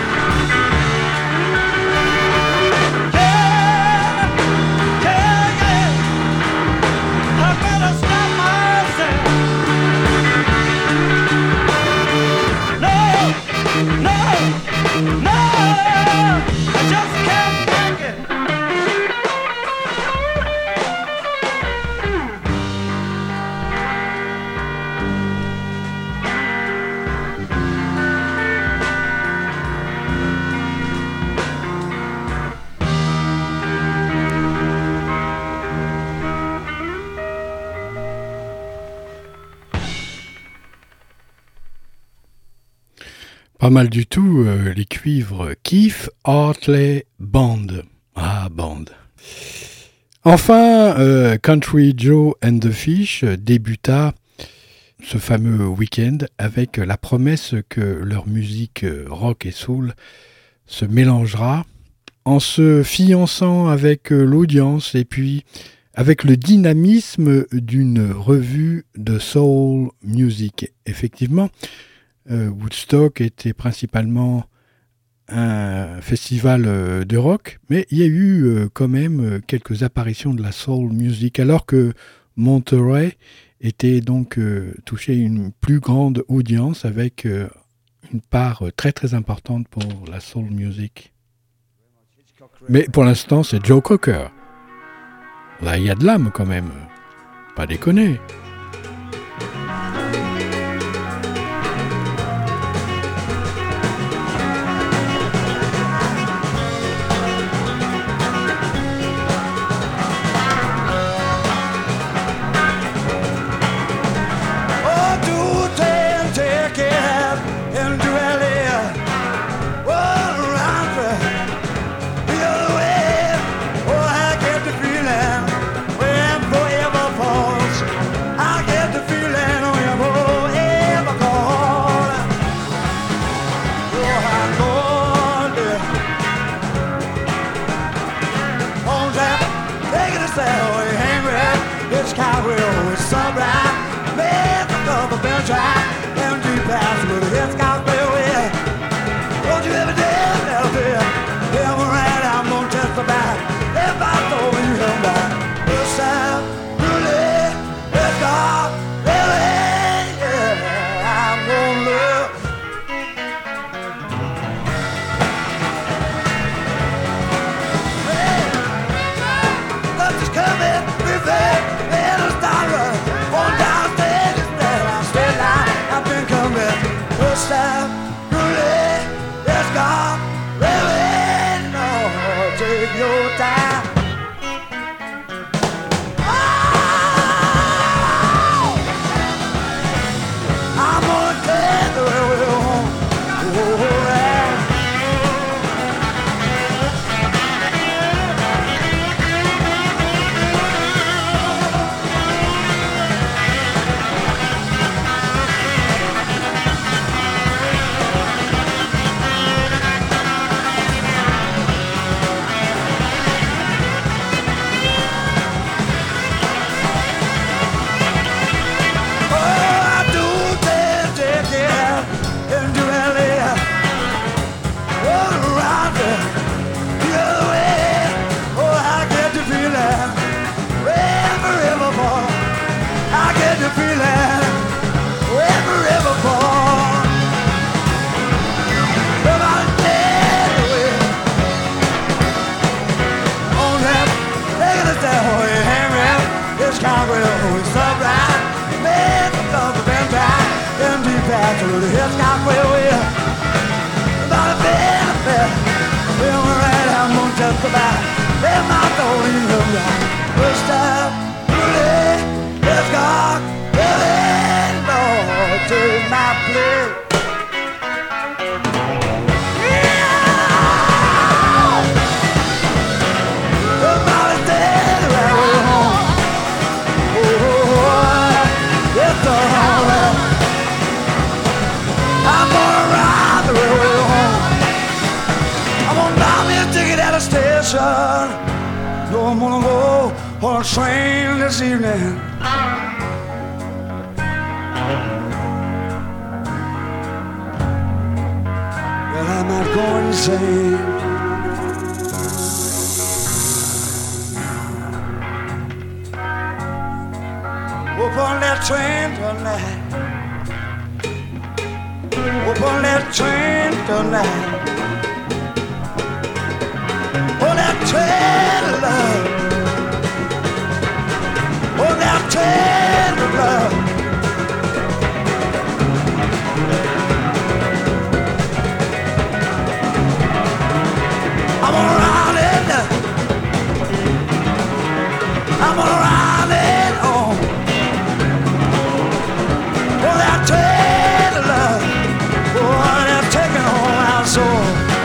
Pas mal du tout, les cuivres Keith Hartley Band. Ah, band. Enfin, Country Joe and the Fish débuta ce fameux week-end avec la promesse que leur musique rock et soul se mélangera en se fiançant avec l'audience et puis avec le dynamisme d'une revue de soul music. Effectivement, Woodstock était principalement un festival de rock, mais il y a eu quand même quelques apparitions de la soul music, alors que Monterey était donc touché une plus grande audience avec une part très très importante pour la soul music. Mais pour l'instant, c'est Joe Cocker. Là, il y a de l'âme quand même, pas déconner. talk about they're not going in the right. First time, really, there's God, really, Lord, to my place. Station. No, I'm gonna go on a train this evening. Well, I might go insane. Up on that train tonight. Up on that train tonight. Oh, that train of love. Oh, that train of love. I'm gonna ride it. I'm gonna ride it on. Oh, that train of love. Oh, they're taking all our soul.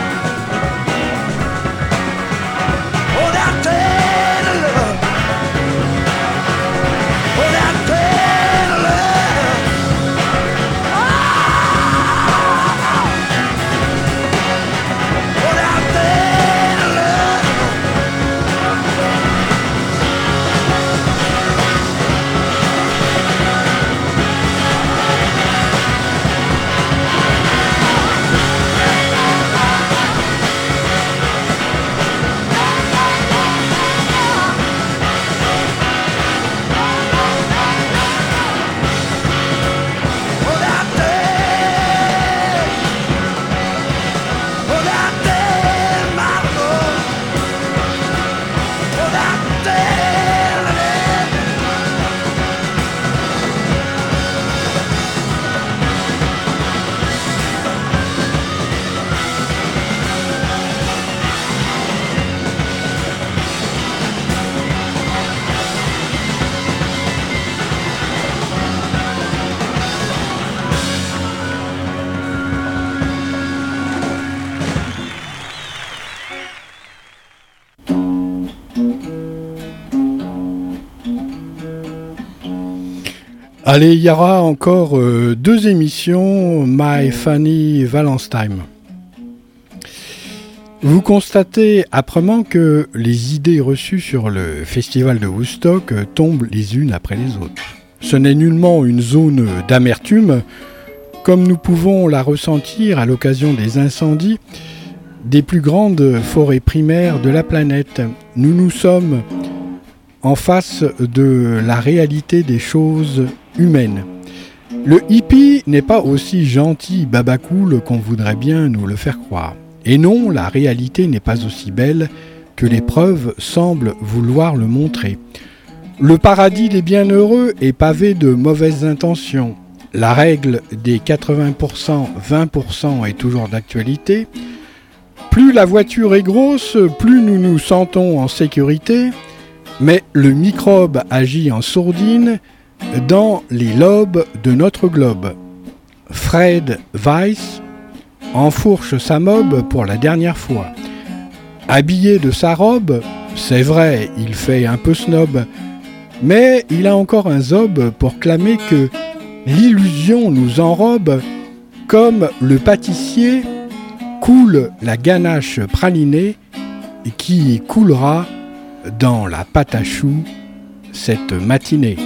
Allez, il y aura encore 2 émissions My Funny Valence Time. Vous constatez âprement que les idées reçues sur le festival de Woodstock tombent les unes après les autres. Ce n'est nullement une zone d'amertume, comme nous pouvons la ressentir à l'occasion des incendies des plus grandes forêts primaires de la planète. Nous nous sommes en face de la réalité des choses humaines. Le hippie n'est pas aussi gentil babacool qu'on voudrait bien nous le faire croire. Et non, la réalité n'est pas aussi belle que les preuves semblent vouloir le montrer. Le paradis des bienheureux est pavé de mauvaises intentions. La règle des 80%, 20% est toujours d'actualité. Plus la voiture est grosse, plus nous nous sentons en sécurité, mais le microbe agit en sourdine dans les lobes de notre globe. Fred Weiss enfourche sa mob pour la dernière fois. Habillé de sa robe, c'est vrai, il fait un peu snob, mais il a encore un zob pour clamer que l'illusion nous enrobe comme le pâtissier coule la ganache pralinée qui coulera dans la pâte à choux cette matinée.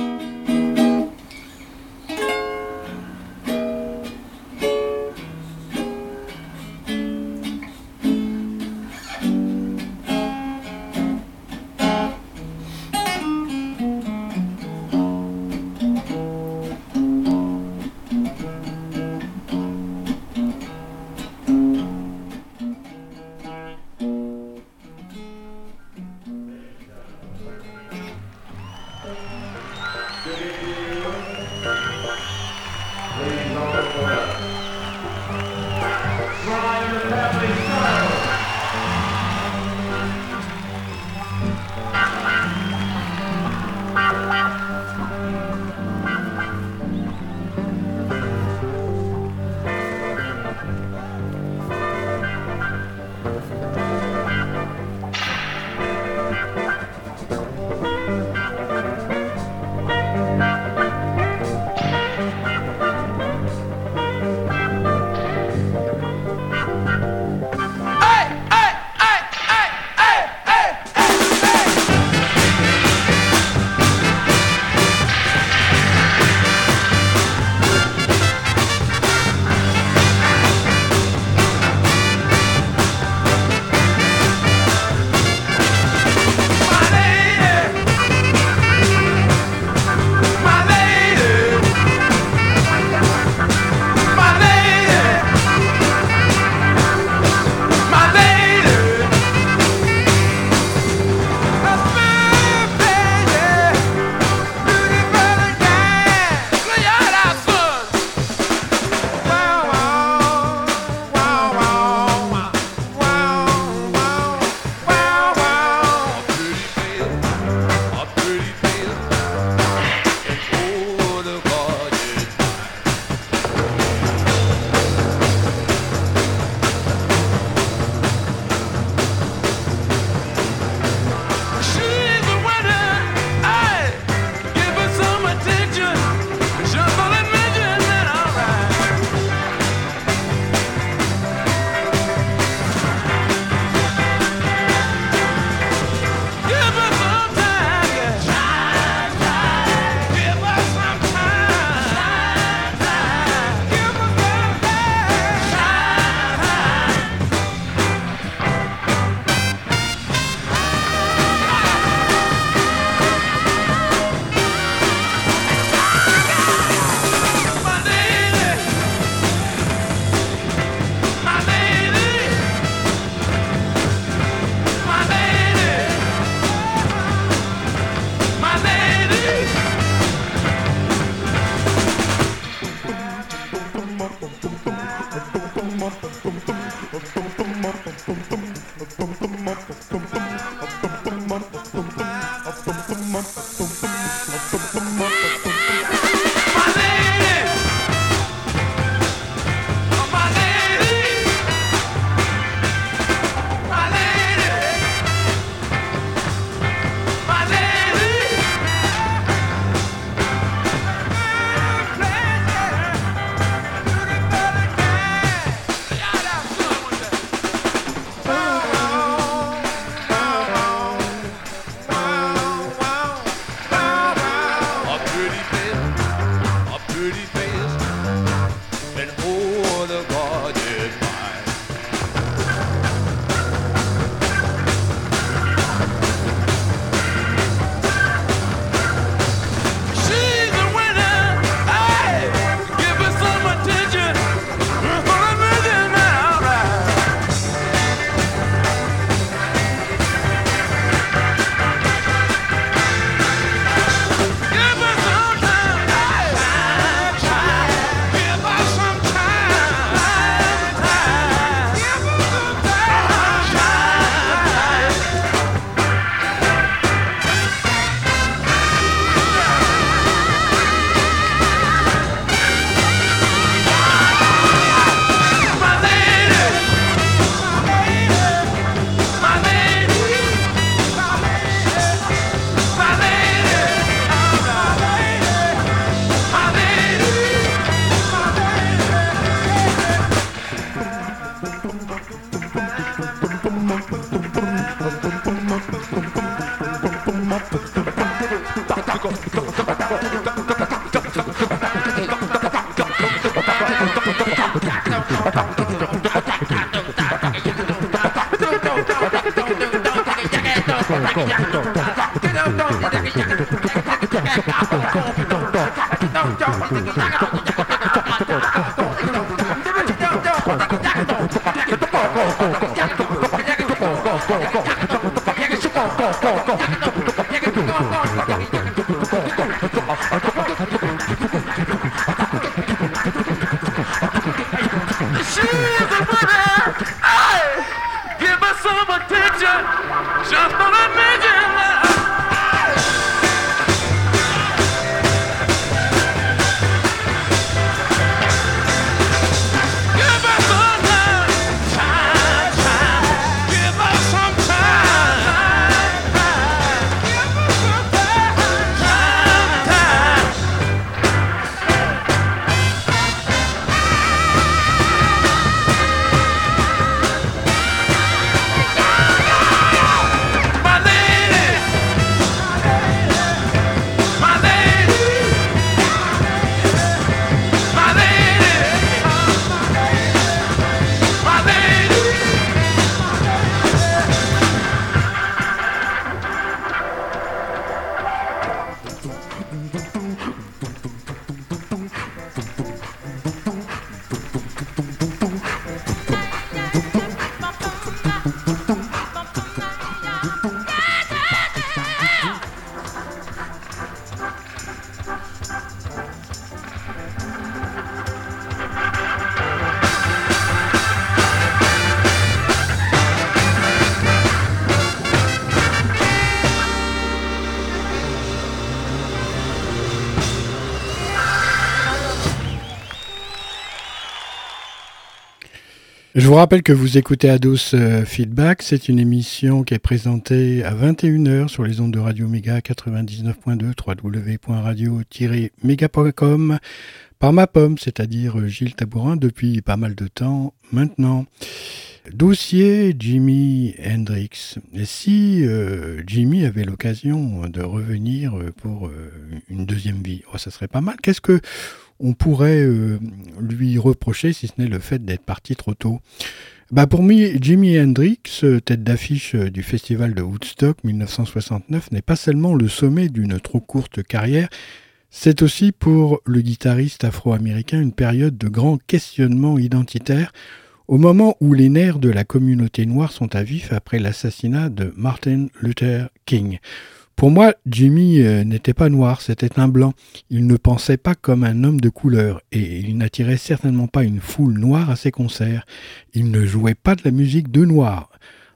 Je vous rappelle que vous écoutez Ados Feedback, c'est une émission qui est présentée à 21h sur les ondes de Radio Méga 99.2 www.radio-méga.com par ma pomme, c'est-à-dire Gilles Tabourin, depuis pas mal de temps maintenant. Dossier Jimi Hendrix. Et si Jimi avait l'occasion de revenir pour une deuxième vie, ça serait pas mal. Qu'est-ce que on pourrait lui reprocher si ce n'est le fait d'être parti trop tôt? Pour moi, Jimi Hendrix, tête d'affiche du festival de Woodstock 1969, n'est pas seulement le sommet d'une trop courte carrière, c'est aussi pour le guitariste afro-américain une période de grand questionnement identitaire, au moment où les nerfs de la communauté noire sont à vif après l'assassinat de Martin Luther King. Pour moi, Jimi n'était pas noir, c'était un blanc. Il ne pensait pas comme un homme de couleur et il n'attirait certainement pas une foule noire à ses concerts. Il ne jouait pas de la musique de noir.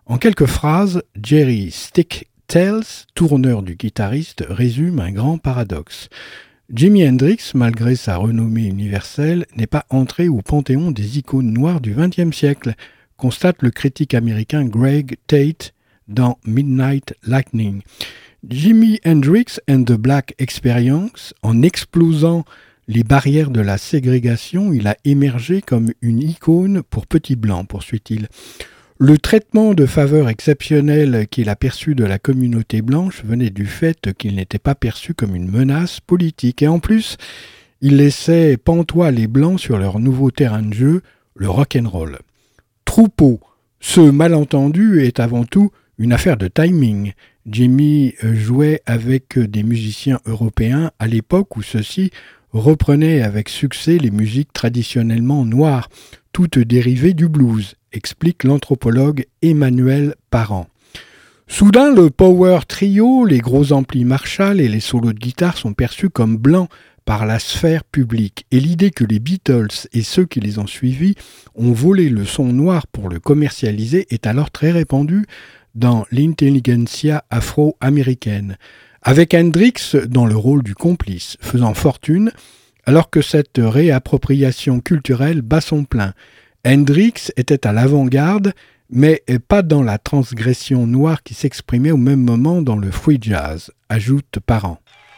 En quelques phrases, Jerry Sticktells, tourneur du guitariste, résume un grand paradoxe. Jimi Hendrix, malgré sa renommée universelle, n'est pas entré au panthéon des icônes noires du XXe siècle, constate le critique américain Greg Tate dans Midnight Lightning. Jimi Hendrix and the Black Experience, en explosant les barrières de la ségrégation, il a émergé comme une icône pour Petit Blanc, poursuit-il. Le traitement de faveur exceptionnel qu'il a perçu de la communauté blanche venait du fait qu'il n'était pas perçu comme une menace politique. Et en plus, il laissait pantois les Blancs sur leur nouveau terrain de jeu, le rock'n'roll. Troupeau, ce malentendu est avant tout une affaire de timing. Jimi jouait avec des musiciens européens à l'époque où ceux-ci reprenaient avec succès les musiques traditionnellement noires, toutes dérivées du blues, explique l'anthropologue Emmanuel Parent. Soudain, le power trio, les gros amplis Marshall et les solos de guitare sont perçus comme blancs par la sphère publique, et l'idée que les Beatles et ceux qui les ont suivis ont volé le son noir pour le commercialiser est alors très répandue dans l'intelligentsia afro-américaine, avec Hendrix dans le rôle du complice, faisant fortune, alors que cette réappropriation culturelle bat son plein. Hendrix était à l'avant-garde, mais pas dans la transgression noire qui s'exprimait au même moment dans le free jazz, ajoute Parent.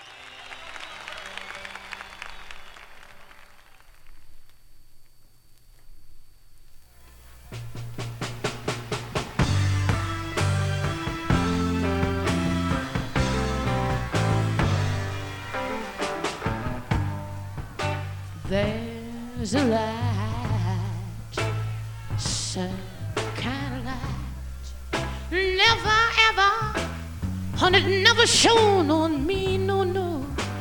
There's a light, some kind of light, never ever, and it never shone on me, no, no.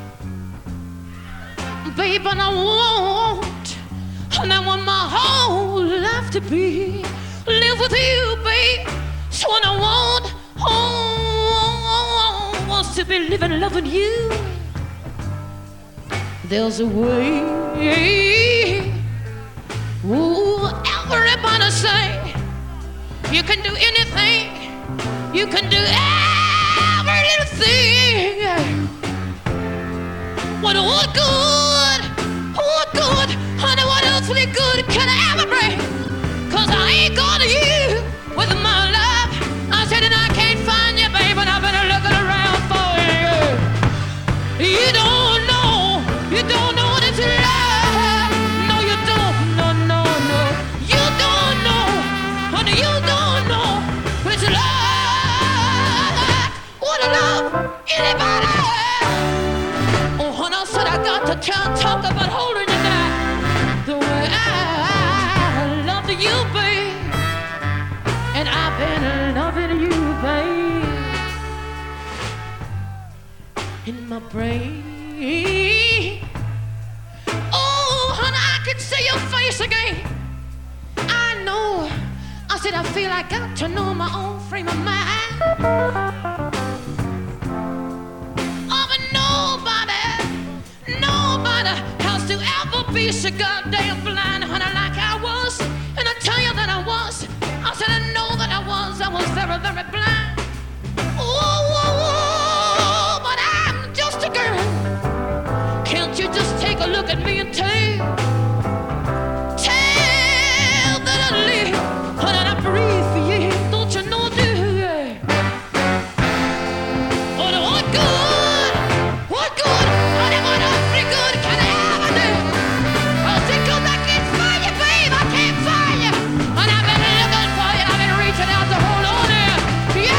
Babe, and I want, and I want my whole life to be, live with you, babe, so what I want, wants to be living, loving you. There's a way, ooh, everybody say, you can do anything, you can do every little thing. What good, honey, what earthly good can I ever bring? 'Cause I ain't got you with my love. I said, and I can't find you, babe, and I've been looking around for you. You don't know what it's like. No, you don't. No, no, no. You don't know. Honey, you don't know what it's like. What a love anybody. Oh, honey, I said I got to talk about holding you down the way I love you, babe. And I've been loving you, babe. In my brain. Oh, honey, I can see your face again. I know. I said I feel I got to know my own frame of mind. Oh, but nobody has to ever be so goddamn blind, honey, like I was. And I tell you that I was. I said I know that I was very, very blind. Oh, but I'm just a girl. Can't you just take a look at me and tell that I live, honey, and I breathe for you. Don't you know, dear? Oh, what good, honey, what awfully good can I ever do? Oh, because I can't find you, babe, I can't find you. And I've been looking for you, I've been reaching out to hold on there. Yeah.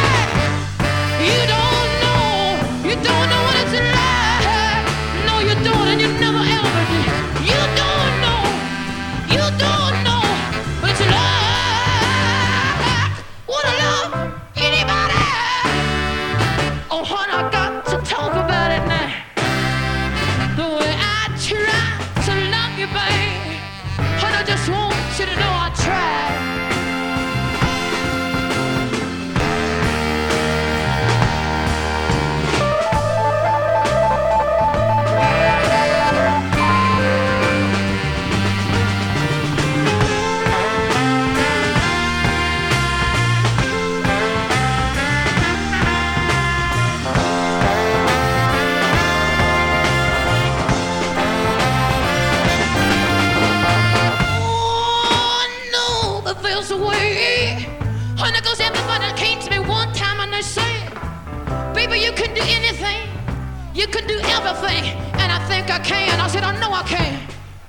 can do everything, and I think I can. I said, I know I can.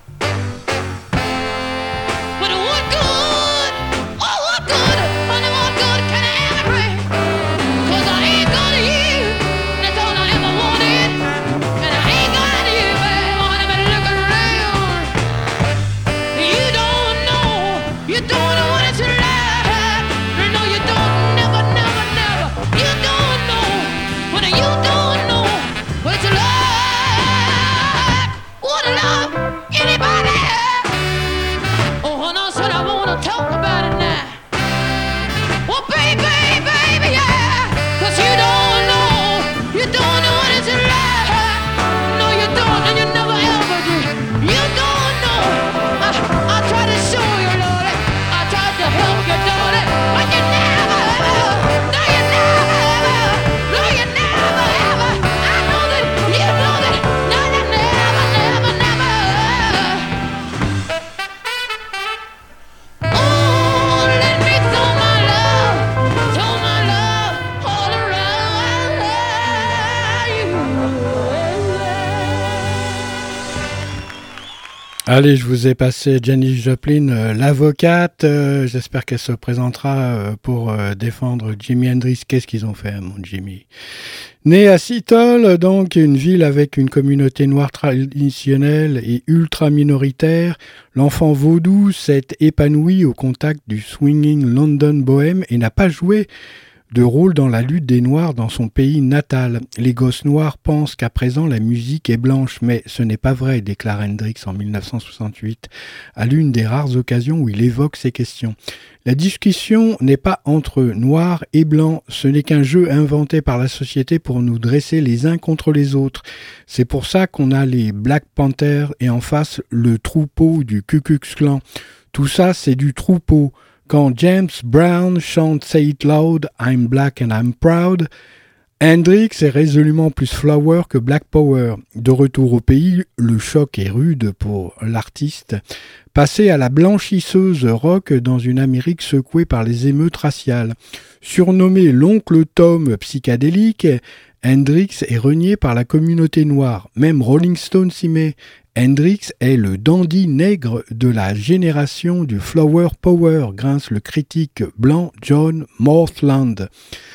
But what good? Oh, what good? Honey, what good can I ever bring? 'Cause I ain't got you. That's all I ever wanted. And I ain't got you, babe. Honey, been looking around. You don't know. You don't know what it's like. No, you don't. Never, never, never. You don't know. But you don't know what it's like. Would love anybody? Oh, and I said I wanna talk about it now. Oh, baby, baby, yeah. 'Cause you don't know what it's like. No, you don't, and you never ever did. You don't know. I tried to show you, Lord. I tried to help you, daughter. But you never ever. No, you never ever. No, you never ever. I know that. You know that. No, you never, never, never. Oh, let me throw my love all around you. Allez, je vous ai passé Janis Joplin, l'avocate. J'espère qu'elle se présentera pour défendre Jimi Hendrix. Qu'est-ce qu'ils ont fait, mon Jimmy? Né à Seattle, donc une ville avec une communauté noire traditionnelle et ultra minoritaire, l'enfant vaudou s'est épanoui au contact du swinging London bohème et n'a pas joué de rôle dans la lutte des Noirs dans son pays natal. Les gosses noirs pensent qu'à présent la musique est blanche, mais ce n'est pas vrai, déclare Hendrix en 1968, à l'une des rares occasions où il évoque ces questions. La discussion n'est pas entre noirs et blancs, ce n'est qu'un jeu inventé par la société pour nous dresser les uns contre les autres. C'est pour ça qu'on a les Black Panthers et en face le troupeau du Ku Klux Klan. Tout ça, c'est du troupeau. Quand James Brown chante Say It Loud, I'm Black and I'm Proud, Hendrix est résolument plus flower que Black Power. De retour au pays, le choc est rude pour l'artiste. Passé à la blanchisseuse rock dans une Amérique secouée par les émeutes raciales. Surnommé l'oncle Tom psychédélique, Hendrix est renié par la communauté noire. Même Rolling Stone s'y met. Hendrix est le dandy nègre de la génération du Flower Power, grince le critique blanc John Morthland.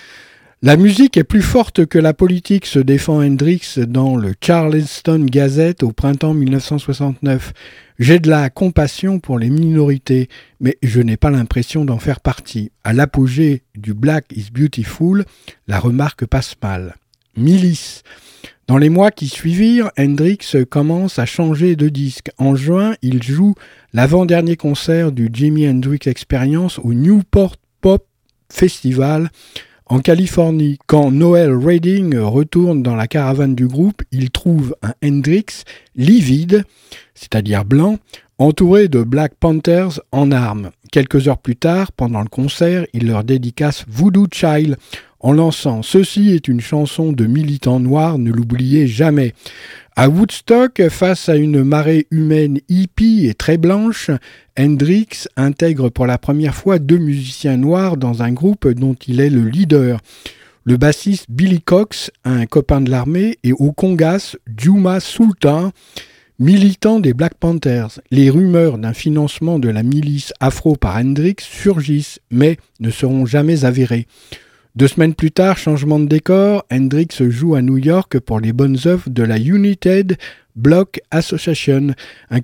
La musique est plus forte que la politique, se défend Hendrix dans le Charleston Gazette au printemps 1969. J'ai de la compassion pour les minorités, mais je n'ai pas l'impression d'en faire partie. À l'apogée du Black is Beautiful, la remarque passe mal. Milice. Dans les mois qui suivirent, Hendrix commence à changer de disque. En juin, il joue l'avant-dernier concert du Jimi Hendrix Experience au Newport Pop Festival en Californie. Quand Noel Redding retourne dans la caravane du groupe, il trouve un Hendrix livide, c'est-à-dire blanc, entouré de Black Panthers en armes. Quelques heures plus tard, pendant le concert, il leur dédicace Voodoo Child, en lançant « Ceci est une chanson de militants noirs, ne l'oubliez jamais ». À Woodstock, face à une marée humaine hippie et très blanche, Hendrix intègre pour la première fois 2 musiciens noirs dans un groupe dont il est le leader. Le bassiste Billy Cox, un copain de l'armée, et au congas Juma Sultan, militant des Black Panthers. Les rumeurs d'un financement de la milice afro par Hendrix surgissent, mais ne seront jamais avérées. 2 semaines plus tard, changement de décor, Hendrix joue à New York pour les bonnes œuvres de la United Bloc Association, un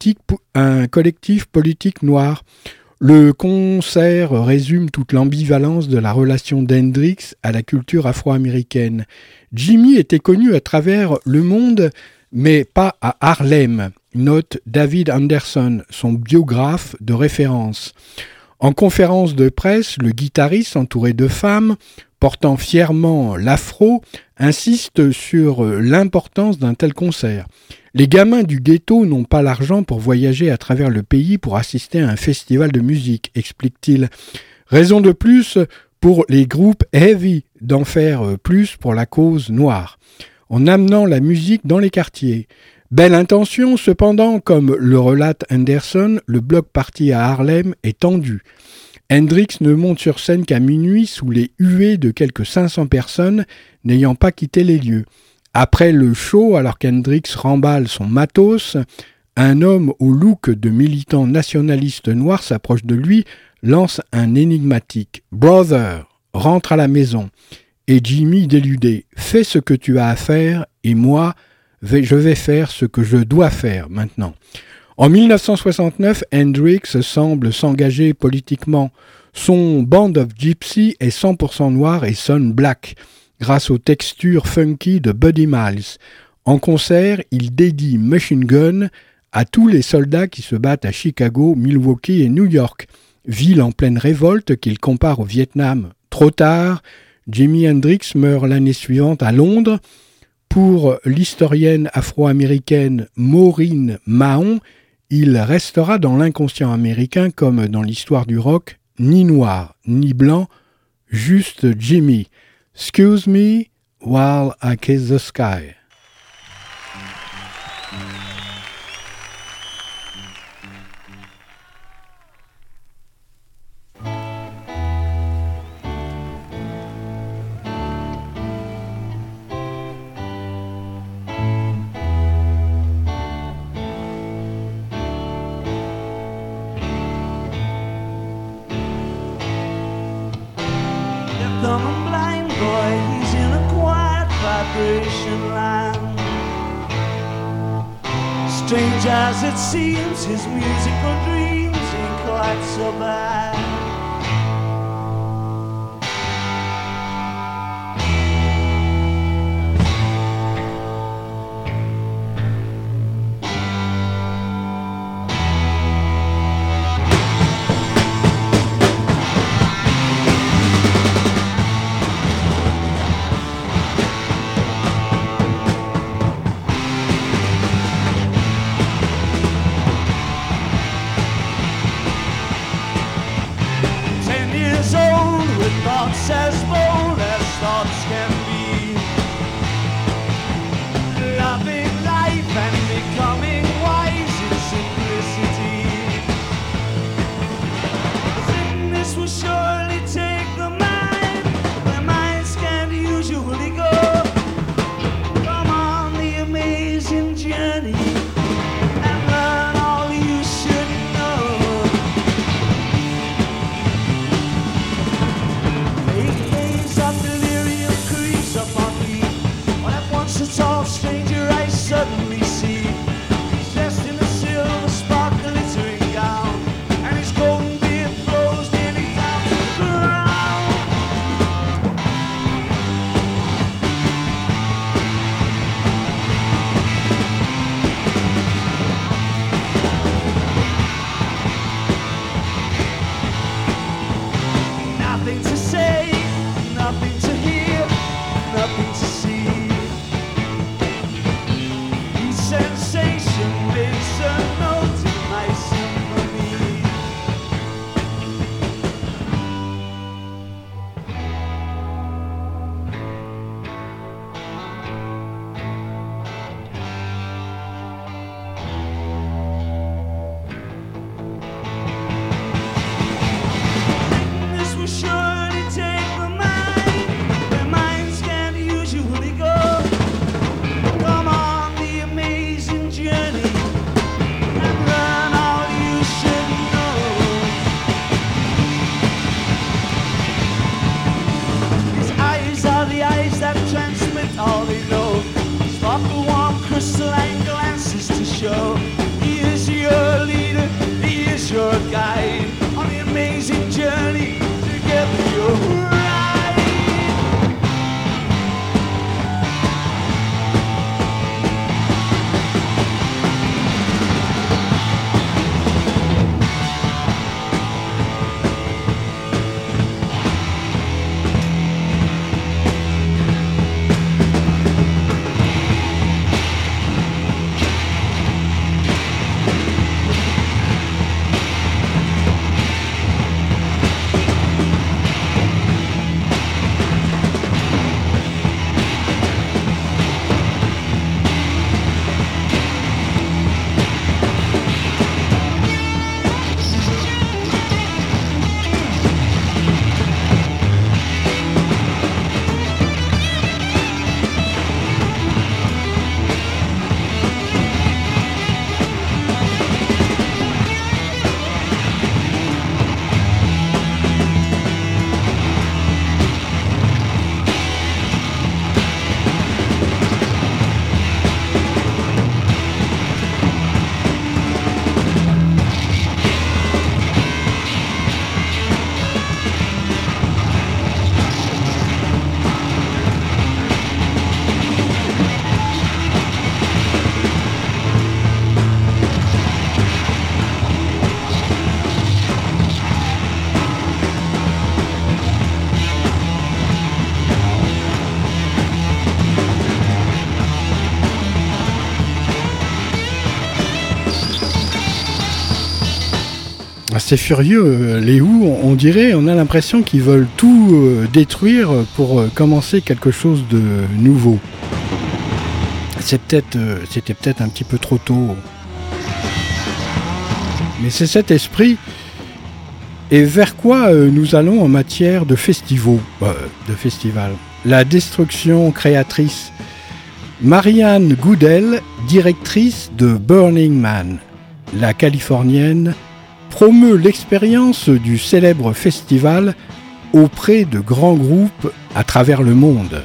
collectif politique noir. Le concert résume toute l'ambivalence de la relation d'Hendrix à la culture afro-américaine. Jimmy était connu à travers le monde, mais pas à Harlem, note David Anderson, son biographe de référence. En conférence de presse, le guitariste, entouré de femmes, portant fièrement l'afro, insiste sur l'importance d'un tel concert. Les gamins du ghetto n'ont pas l'argent pour voyager à travers le pays pour assister à un festival de musique, explique-t-il. Raison de plus pour les groupes heavy d'en faire plus pour la cause noire, en amenant la musique dans les quartiers. Belle intention, cependant, comme le relate Anderson, le bloc party à Harlem est tendu. Hendrix ne monte sur scène qu'à minuit sous les huées de quelques 500 personnes n'ayant pas quitté les lieux. Après le show, alors qu'Hendrix remballe son matos, un homme au look de militant nationaliste noir s'approche de lui, lance un énigmatique « Brother, rentre à la maison ». Et Jimmy, déludé, « Fais ce que tu as à faire et moi, je vais faire ce que je dois faire maintenant ». En 1969, Hendrix semble s'engager politiquement. Son Band of Gypsy est 100% noir et sonne black, grâce aux textures funky de Buddy Miles. En concert, il dédie Machine Gun à tous les soldats qui se battent à Chicago, Milwaukee et New York, ville en pleine révolte qu'il compare au Vietnam. Trop tard, Jimi Hendrix meurt l'année suivante à Londres. Pour l'historienne afro-américaine Maureen Mahon, il restera dans l'inconscient américain comme dans l'histoire du rock, ni noir, ni blanc, juste Jimmy. Excuse me while I kiss the sky. Strange as it seems, his musical dreams ain't quite so bad. c'est furieux, les Who, on dirait, on a l'impression qu'ils veulent tout détruire pour commencer quelque chose de nouveau. C'était peut-être un petit peu trop tôt. Mais c'est cet esprit. Et vers quoi nous allons en matière de festival. La destruction créatrice. Marianne Goodell, directrice de Burning Man, la Californienne, promeut l'expérience du célèbre festival auprès de grands groupes à travers le monde.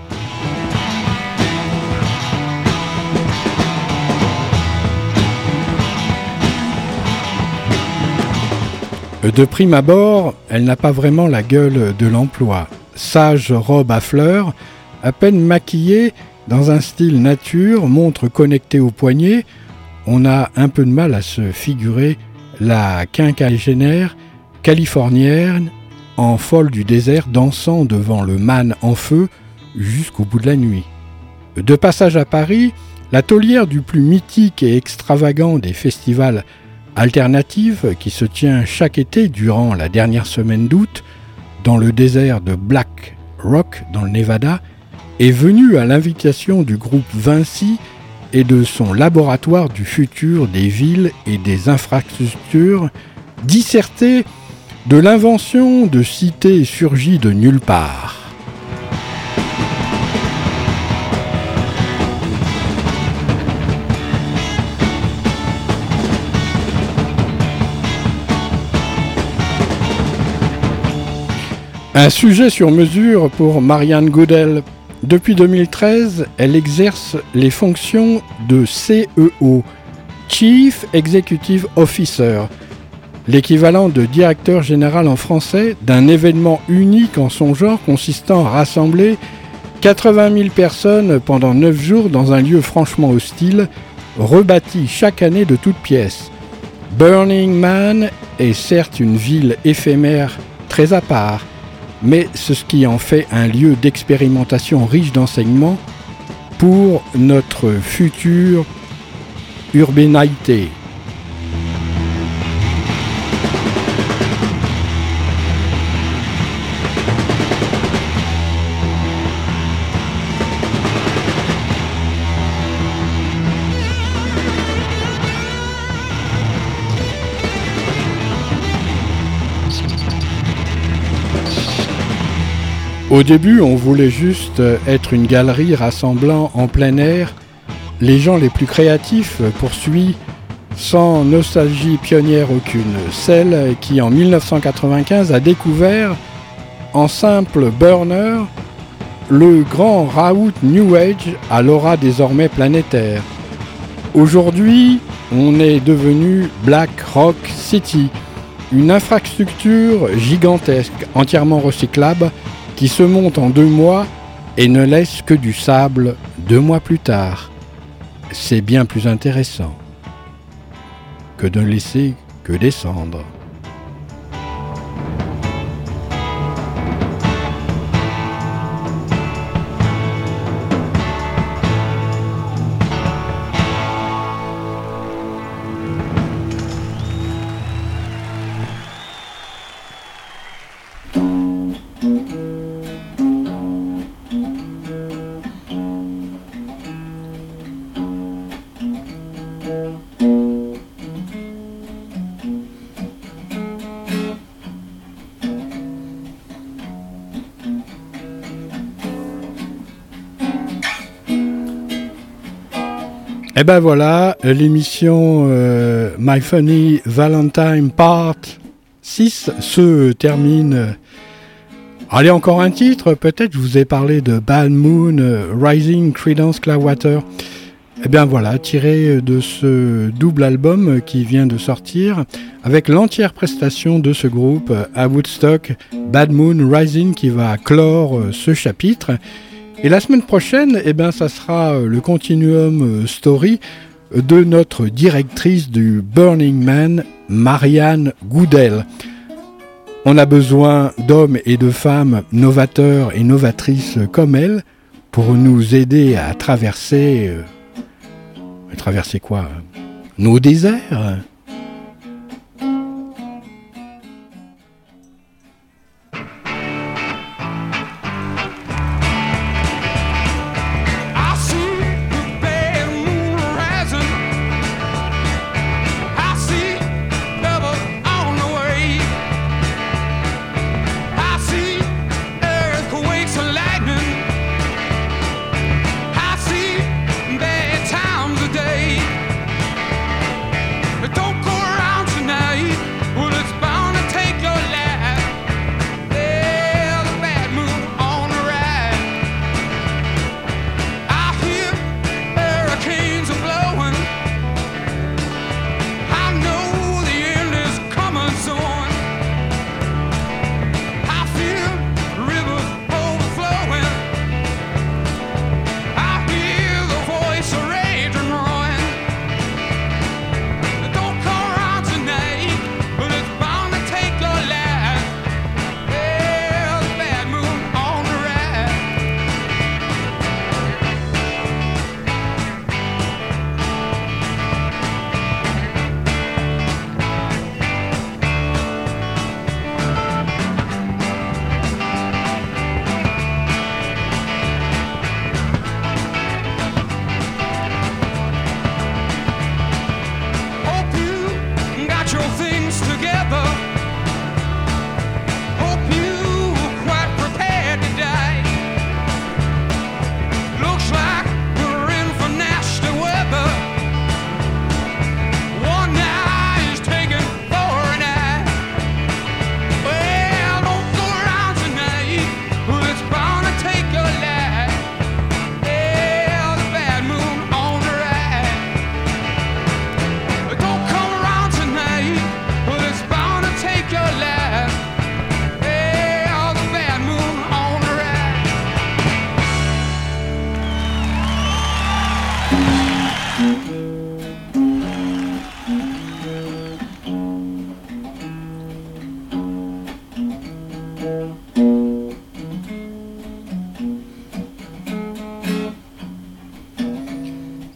De prime abord, elle n'a pas vraiment la gueule de l'emploi. Sage robe à fleurs, à peine maquillée, dans un style nature, montre connectée au poignet, on a un peu de mal à se figurer la quinquagénaire californienne en folle du désert dansant devant le Man en feu jusqu'au bout de la nuit. De passage à Paris, la taulière du plus mythique et extravagant des festivals alternatifs qui se tient chaque été durant la dernière semaine d'août dans le désert de Black Rock dans le Nevada est venue à l'invitation du groupe Vinci et de son laboratoire du futur des villes et des infrastructures disserter de l'invention de cités surgies de nulle part. Un sujet sur mesure pour Marianne Goodell. Depuis 2013, elle exerce les fonctions de CEO, Chief Executive Officer, l'équivalent de directeur général en français d'un événement unique en son genre consistant à rassembler 80 000 personnes pendant 9 jours dans un lieu franchement hostile, rebâti chaque année de toutes pièces. Burning Man est certes une ville éphémère très à part, mais c'est ce qui en fait un lieu d'expérimentation riche d'enseignements pour notre future urbainité. Au début, on voulait juste être une galerie rassemblant en plein air les gens les plus créatifs, poursuit sans nostalgie pionnière aucune, celle qui en 1995 a découvert en simple burner le grand raout New Age à l'aura désormais planétaire. Aujourd'hui, on est devenu Black Rock City, une infrastructure gigantesque, entièrement recyclable, qui se monte en 2 mois et ne laisse que du sable 2 mois plus tard. C'est bien plus intéressant que de ne laisser que des cendres. Et ben voilà, l'émission My Funny Valentine Part 6 se termine. Allez, encore un titre, peut-être je vous ai parlé de Bad Moon Rising Creedence Clearwater. Et bien voilà, tiré de ce double album qui vient de sortir, avec l'entière prestation de ce groupe à Woodstock, Bad Moon Rising, qui va clore ce chapitre. Et la semaine prochaine, eh ben, ça sera le Continuum Story de notre directrice du Burning Man, Marianne Goodell. On a besoin d'hommes et de femmes novateurs et novatrices comme elle pour nous aider à traverser... traverser quoi ? Nos déserts ?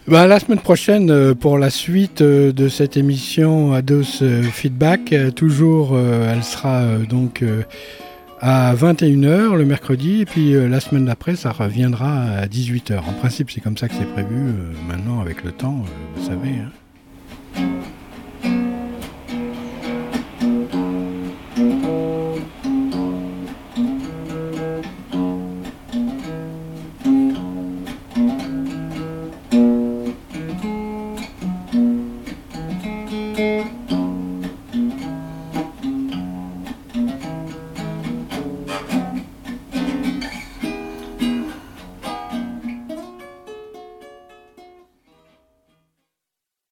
La semaine prochaine, pour la suite de cette émission Ados Feedback, toujours elle sera donc à 21h le mercredi, et puis la semaine d'après ça reviendra à 18h. En principe c'est comme ça que c'est prévu maintenant avec le temps, vous savez. Hein.